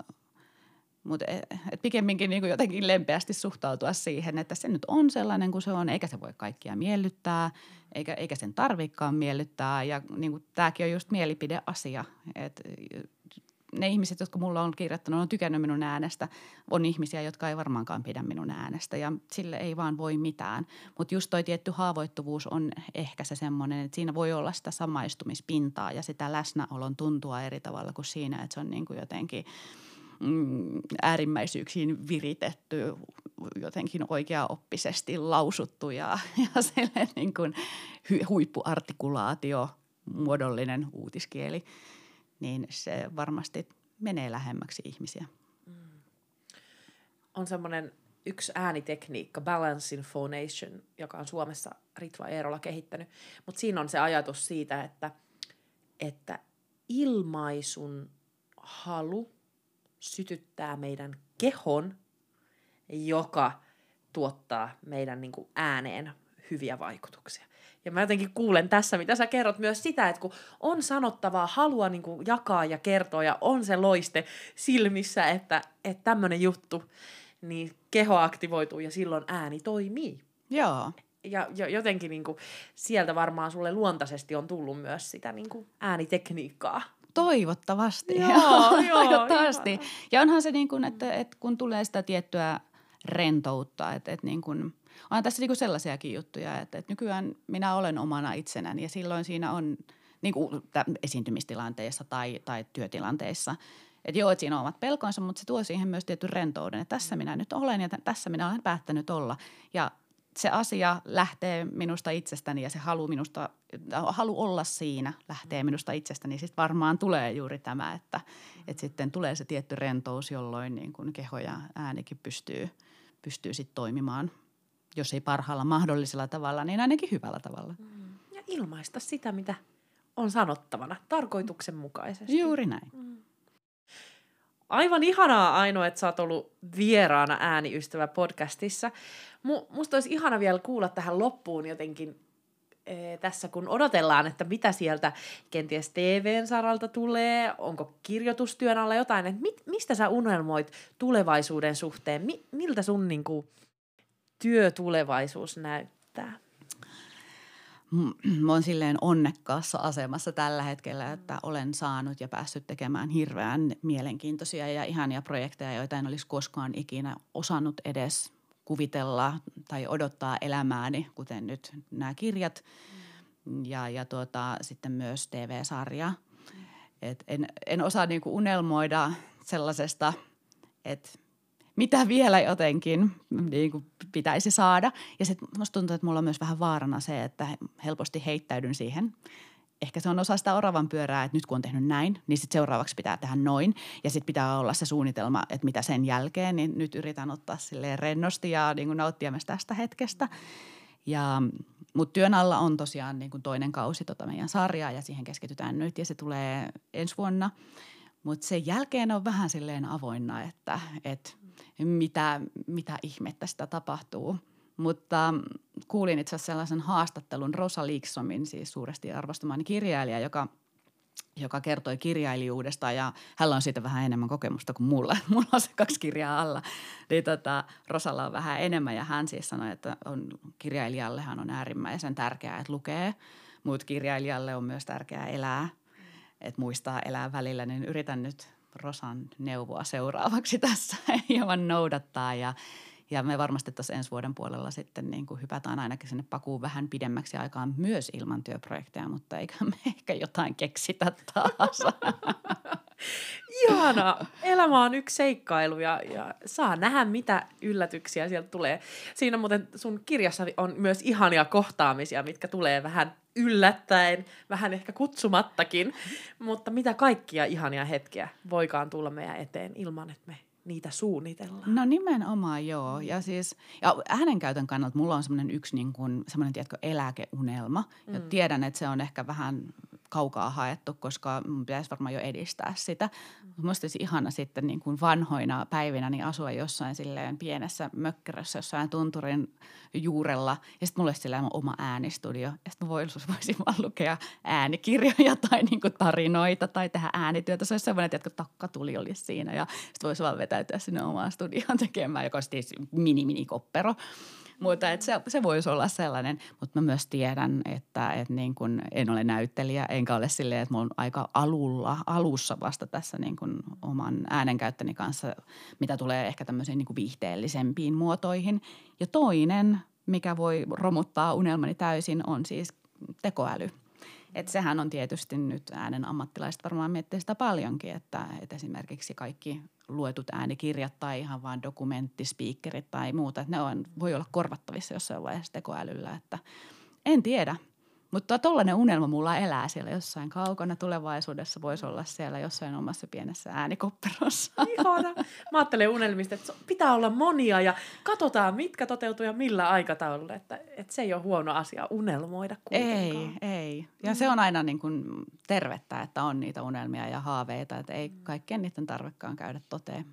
pikemminkin niin kuin jotenkin lempeästi suhtautua siihen, että se nyt on sellainen kuin se on, eikä se voi kaikkia miellyttää, eikä sen tarvikaan miellyttää. Ja niin kuin, tämäkin on just mielipideasia, että ne ihmiset, jotka mulla on kirjoittanut, on tykännyt minun äänestä, on ihmisiä, jotka ei varmaankaan pidä minun äänestä ja sille ei vaan voi mitään. Mutta just toi tietty haavoittuvuus on ehkä se semmoinen, että siinä voi olla sitä samaistumispintaa ja sitä läsnäolon tuntua eri tavalla kuin siinä, että se on niin kuin jotenkin äärimmäisyyksiin viritetty, jotenkin oikeaoppisesti lausuttu ja niin kuin huippuartikulaatio, muodollinen uutiskieli, niin se varmasti menee lähemmäksi ihmisiä. On semmoinen yksi äänitekniikka, balance in phonation, joka on Suomessa Ritva Eerola kehittänyt, mutta siinä on se ajatus siitä, että ilmaisun halu sytyttää meidän kehon, joka tuottaa meidän niin kuin ääneen hyviä vaikutuksia. Ja mä jotenkin kuulen tässä, mitä sä kerrot, myös sitä, että kun on sanottavaa, halua niin kuin jakaa ja kertoa ja on se loiste silmissä, että tämmöinen juttu, niin keho aktivoituu ja silloin ääni toimii. Joo. Ja jotenkin niin kuin, sieltä varmaan sulle luontaisesti on tullut myös sitä niin kuin äänitekniikkaa. Toivottavasti. Joo, toivottavasti. Ja onhan se niin kuin, että kun tulee sitä tiettyä rentoutta, että niin kuin, on tässä niin kuin sellaisiakin juttuja, että nykyään minä olen omana itsenäni ja silloin siinä on niin kuin esiintymistilanteessa tai työtilanteissa. Että joo, että siinä on omat pelkonsa, mutta se tuo siihen myös tietyn rentouden, että tässä minä nyt olen ja tässä minä olen päättänyt olla. Ja se asia lähtee minusta itsestäni ja se halu olla siinä lähtee minusta itsestäni. Sitten varmaan tulee juuri tämä, että sitten tulee se tietty rentous, jolloin niin kuin keho ja äänikin pystyy sitten toimimaan. Jos ei parhaalla mahdollisella tavalla, niin ainakin hyvällä tavalla. Ja ilmaista sitä, mitä on sanottavana, tarkoituksenmukaisesti. Juuri näin. Aivan ihanaa, Aino, että sä oot ollut vieraana Ääniystävä podcastissa. Musta olisi ihana vielä kuulla tähän loppuun jotenkin tässä, kun odotellaan, että mitä sieltä kenties TVn saralta tulee, onko kirjoitustyön alla jotain, että mistä sä unelmoit tulevaisuuden suhteen, miltä sun niinku työtulevaisuus näyttää? Mä oon silleen onnekkaassa asemassa tällä hetkellä, että olen saanut ja päässyt tekemään hirveän mielenkiintoisia ja ihania projekteja, joita en olisi koskaan ikinä osannut edes kuvitella tai odottaa elämääni, kuten nyt nämä kirjat ja sitten myös TV-sarja. Et en osaa niinku unelmoida sellaisesta, että mitä vielä jotenkin niin kuin pitäisi saada. Ja sitten musta tuntuu, että mulla on myös vähän vaarana se, että helposti heittäydyn siihen. Ehkä se on osa sitä oravan pyörää, että nyt kun on tehnyt näin, niin sitten seuraavaksi pitää tehdä noin. Ja sitten pitää olla se suunnitelma, että mitä sen jälkeen, niin nyt yritän ottaa silleen rennosti ja niin kuin nauttia myös tästä hetkestä. Mutta työn alla on tosiaan niin kuin toinen kausi meidän sarjaa ja siihen keskitytään nyt ja se tulee ensi vuonna. Mutta sen jälkeen on vähän silleen avoinna, että mitä ihmettä sitä tapahtuu. Mutta kuulin itse asiassa sellaisen haastattelun Rosa Liksomin, siis suuresti arvostamani kirjailija, joka kertoi kirjailijuudesta ja hänellä on siitä vähän enemmän kokemusta kuin mulla. Mulla on se 2 kirjaa alla. Niin Rosalla on vähän enemmän ja hän siis sanoi, että kirjailijallehan on äärimmäisen tärkeää, että lukee, mutta kirjailijalle on myös tärkeää elää. Että muistaa elää välillä, niin yritän nyt Rosan neuvoa seuraavaksi tässä hieman noudattaa. Ja me varmasti tuossa ensi vuoden puolella sitten niin kuin hypätään ainakin sinne pakuun vähän pidemmäksi aikaan myös ilman työprojekteja, mutta eikä me ehkä jotain keksitä taas. Ihana. Elämä on yksi seikkailu ja saa nähdä, mitä yllätyksiä sieltä tulee. Siinä muuten sun kirjassa on myös ihania kohtaamisia, mitkä tulee vähän yllättäen, vähän ehkä kutsumattakin. Mutta mitä kaikkia ihania hetkiä voikaan tulla meidän eteen ilman, että me niitä suunnitellaan. No nimenomaan joo. Ja äänenkäytön kannalta mulla on semmoinen yksi niin kuin, semmoinen, tiedätkö, eläkeunelma. Ja tiedän, että se on ehkä vähän kaukaa haettu, koska mun pitäisi varmaan jo edistää sitä. Musta olisi ihana sitten niin kuin vanhoina päivinä niin asua jossain silleen pienessä mökkärässä, jossain tunturin juurella. Ja sitten mulla olisi silleen oma äänistudio. Ja sitten voisin vaan lukea äänikirjoja tai niin kuin tarinoita tai tehdä äänityötä. Se olisi semmoinen, että takkatuli olisi siinä ja sitten voisi vaan vetäytyä sinne omaan studioon tekemään, joka olisi siis mini-koppero. Mutta se voisi olla sellainen, mutta mä myös tiedän, että niin kun en ole näyttelijä, enkä ole silleen, että mä oon aika alussa vasta tässä niin kun oman äänenkäyttöni kanssa, mitä tulee ehkä tämmöisiin niin kun viihteellisempiin muotoihin. Ja toinen, mikä voi romuttaa unelmani täysin, on siis tekoäly. Että sehän on tietysti nyt äänen ammattilaiset varmaan miettii sitä paljonkin, että esimerkiksi kaikki luetut äänikirjat tai ihan vaan dokumenttispiikkerit tai muuta, että voi olla korvattavissa jossain vaiheessa tekoälyllä, että en tiedä. Mutta tollainen unelma mulla elää siellä jossain kaukana tulevaisuudessa, voisi olla siellä jossain omassa pienessä äänikopperossa. Ihana. Mä ajattelen unelmista, että pitää olla monia ja katsotaan, mitkä toteutuu ja millä aikataululla. Että se ei ole huono asia unelmoida kuitenkaan. Ei. Ja se on aina niin kuin tervettä, että on niitä unelmia ja haaveita, että ei kaikkien niiden tarvekaan käydä toteen.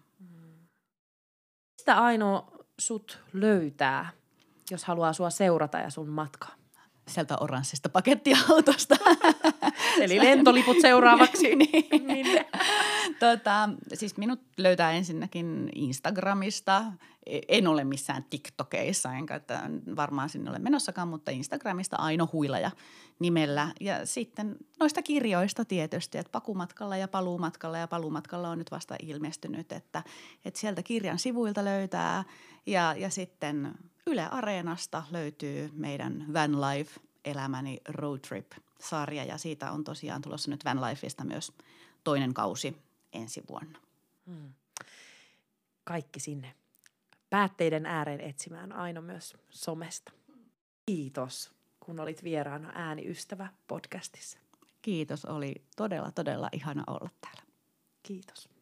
Mistä Aino sut löytää, jos haluaa sua seurata ja sun matkaa? Sieltä oranssista pakettiautosta. Eli lentoliput seuraavaksi. Niin. Siis minut löytää ensinnäkin Instagramista. En ole missään TikTokeissa, enkä varmaan sinne ole menossakaan, mutta Instagramista Aino Huilaja nimellä. Ja sitten noista kirjoista tietysti, että Pakumatkalla ja Paluumatkalla ja Paluumatkalla on nyt vasta ilmestynyt, että sieltä kirjan sivuilta löytää. Ja sitten Yle Areenasta löytyy meidän Van Life elämäni Road Trip-sarja ja siitä on tosiaan tulossa nyt Van Lifeista myös toinen kausi ensi vuonna. Kaikki sinne päätteiden ääreen etsimään Aino myös somesta. Kiitos, kun olit vieraana Ääniystävä podcastissa. Kiitos, oli todella ihana olla täällä. Kiitos.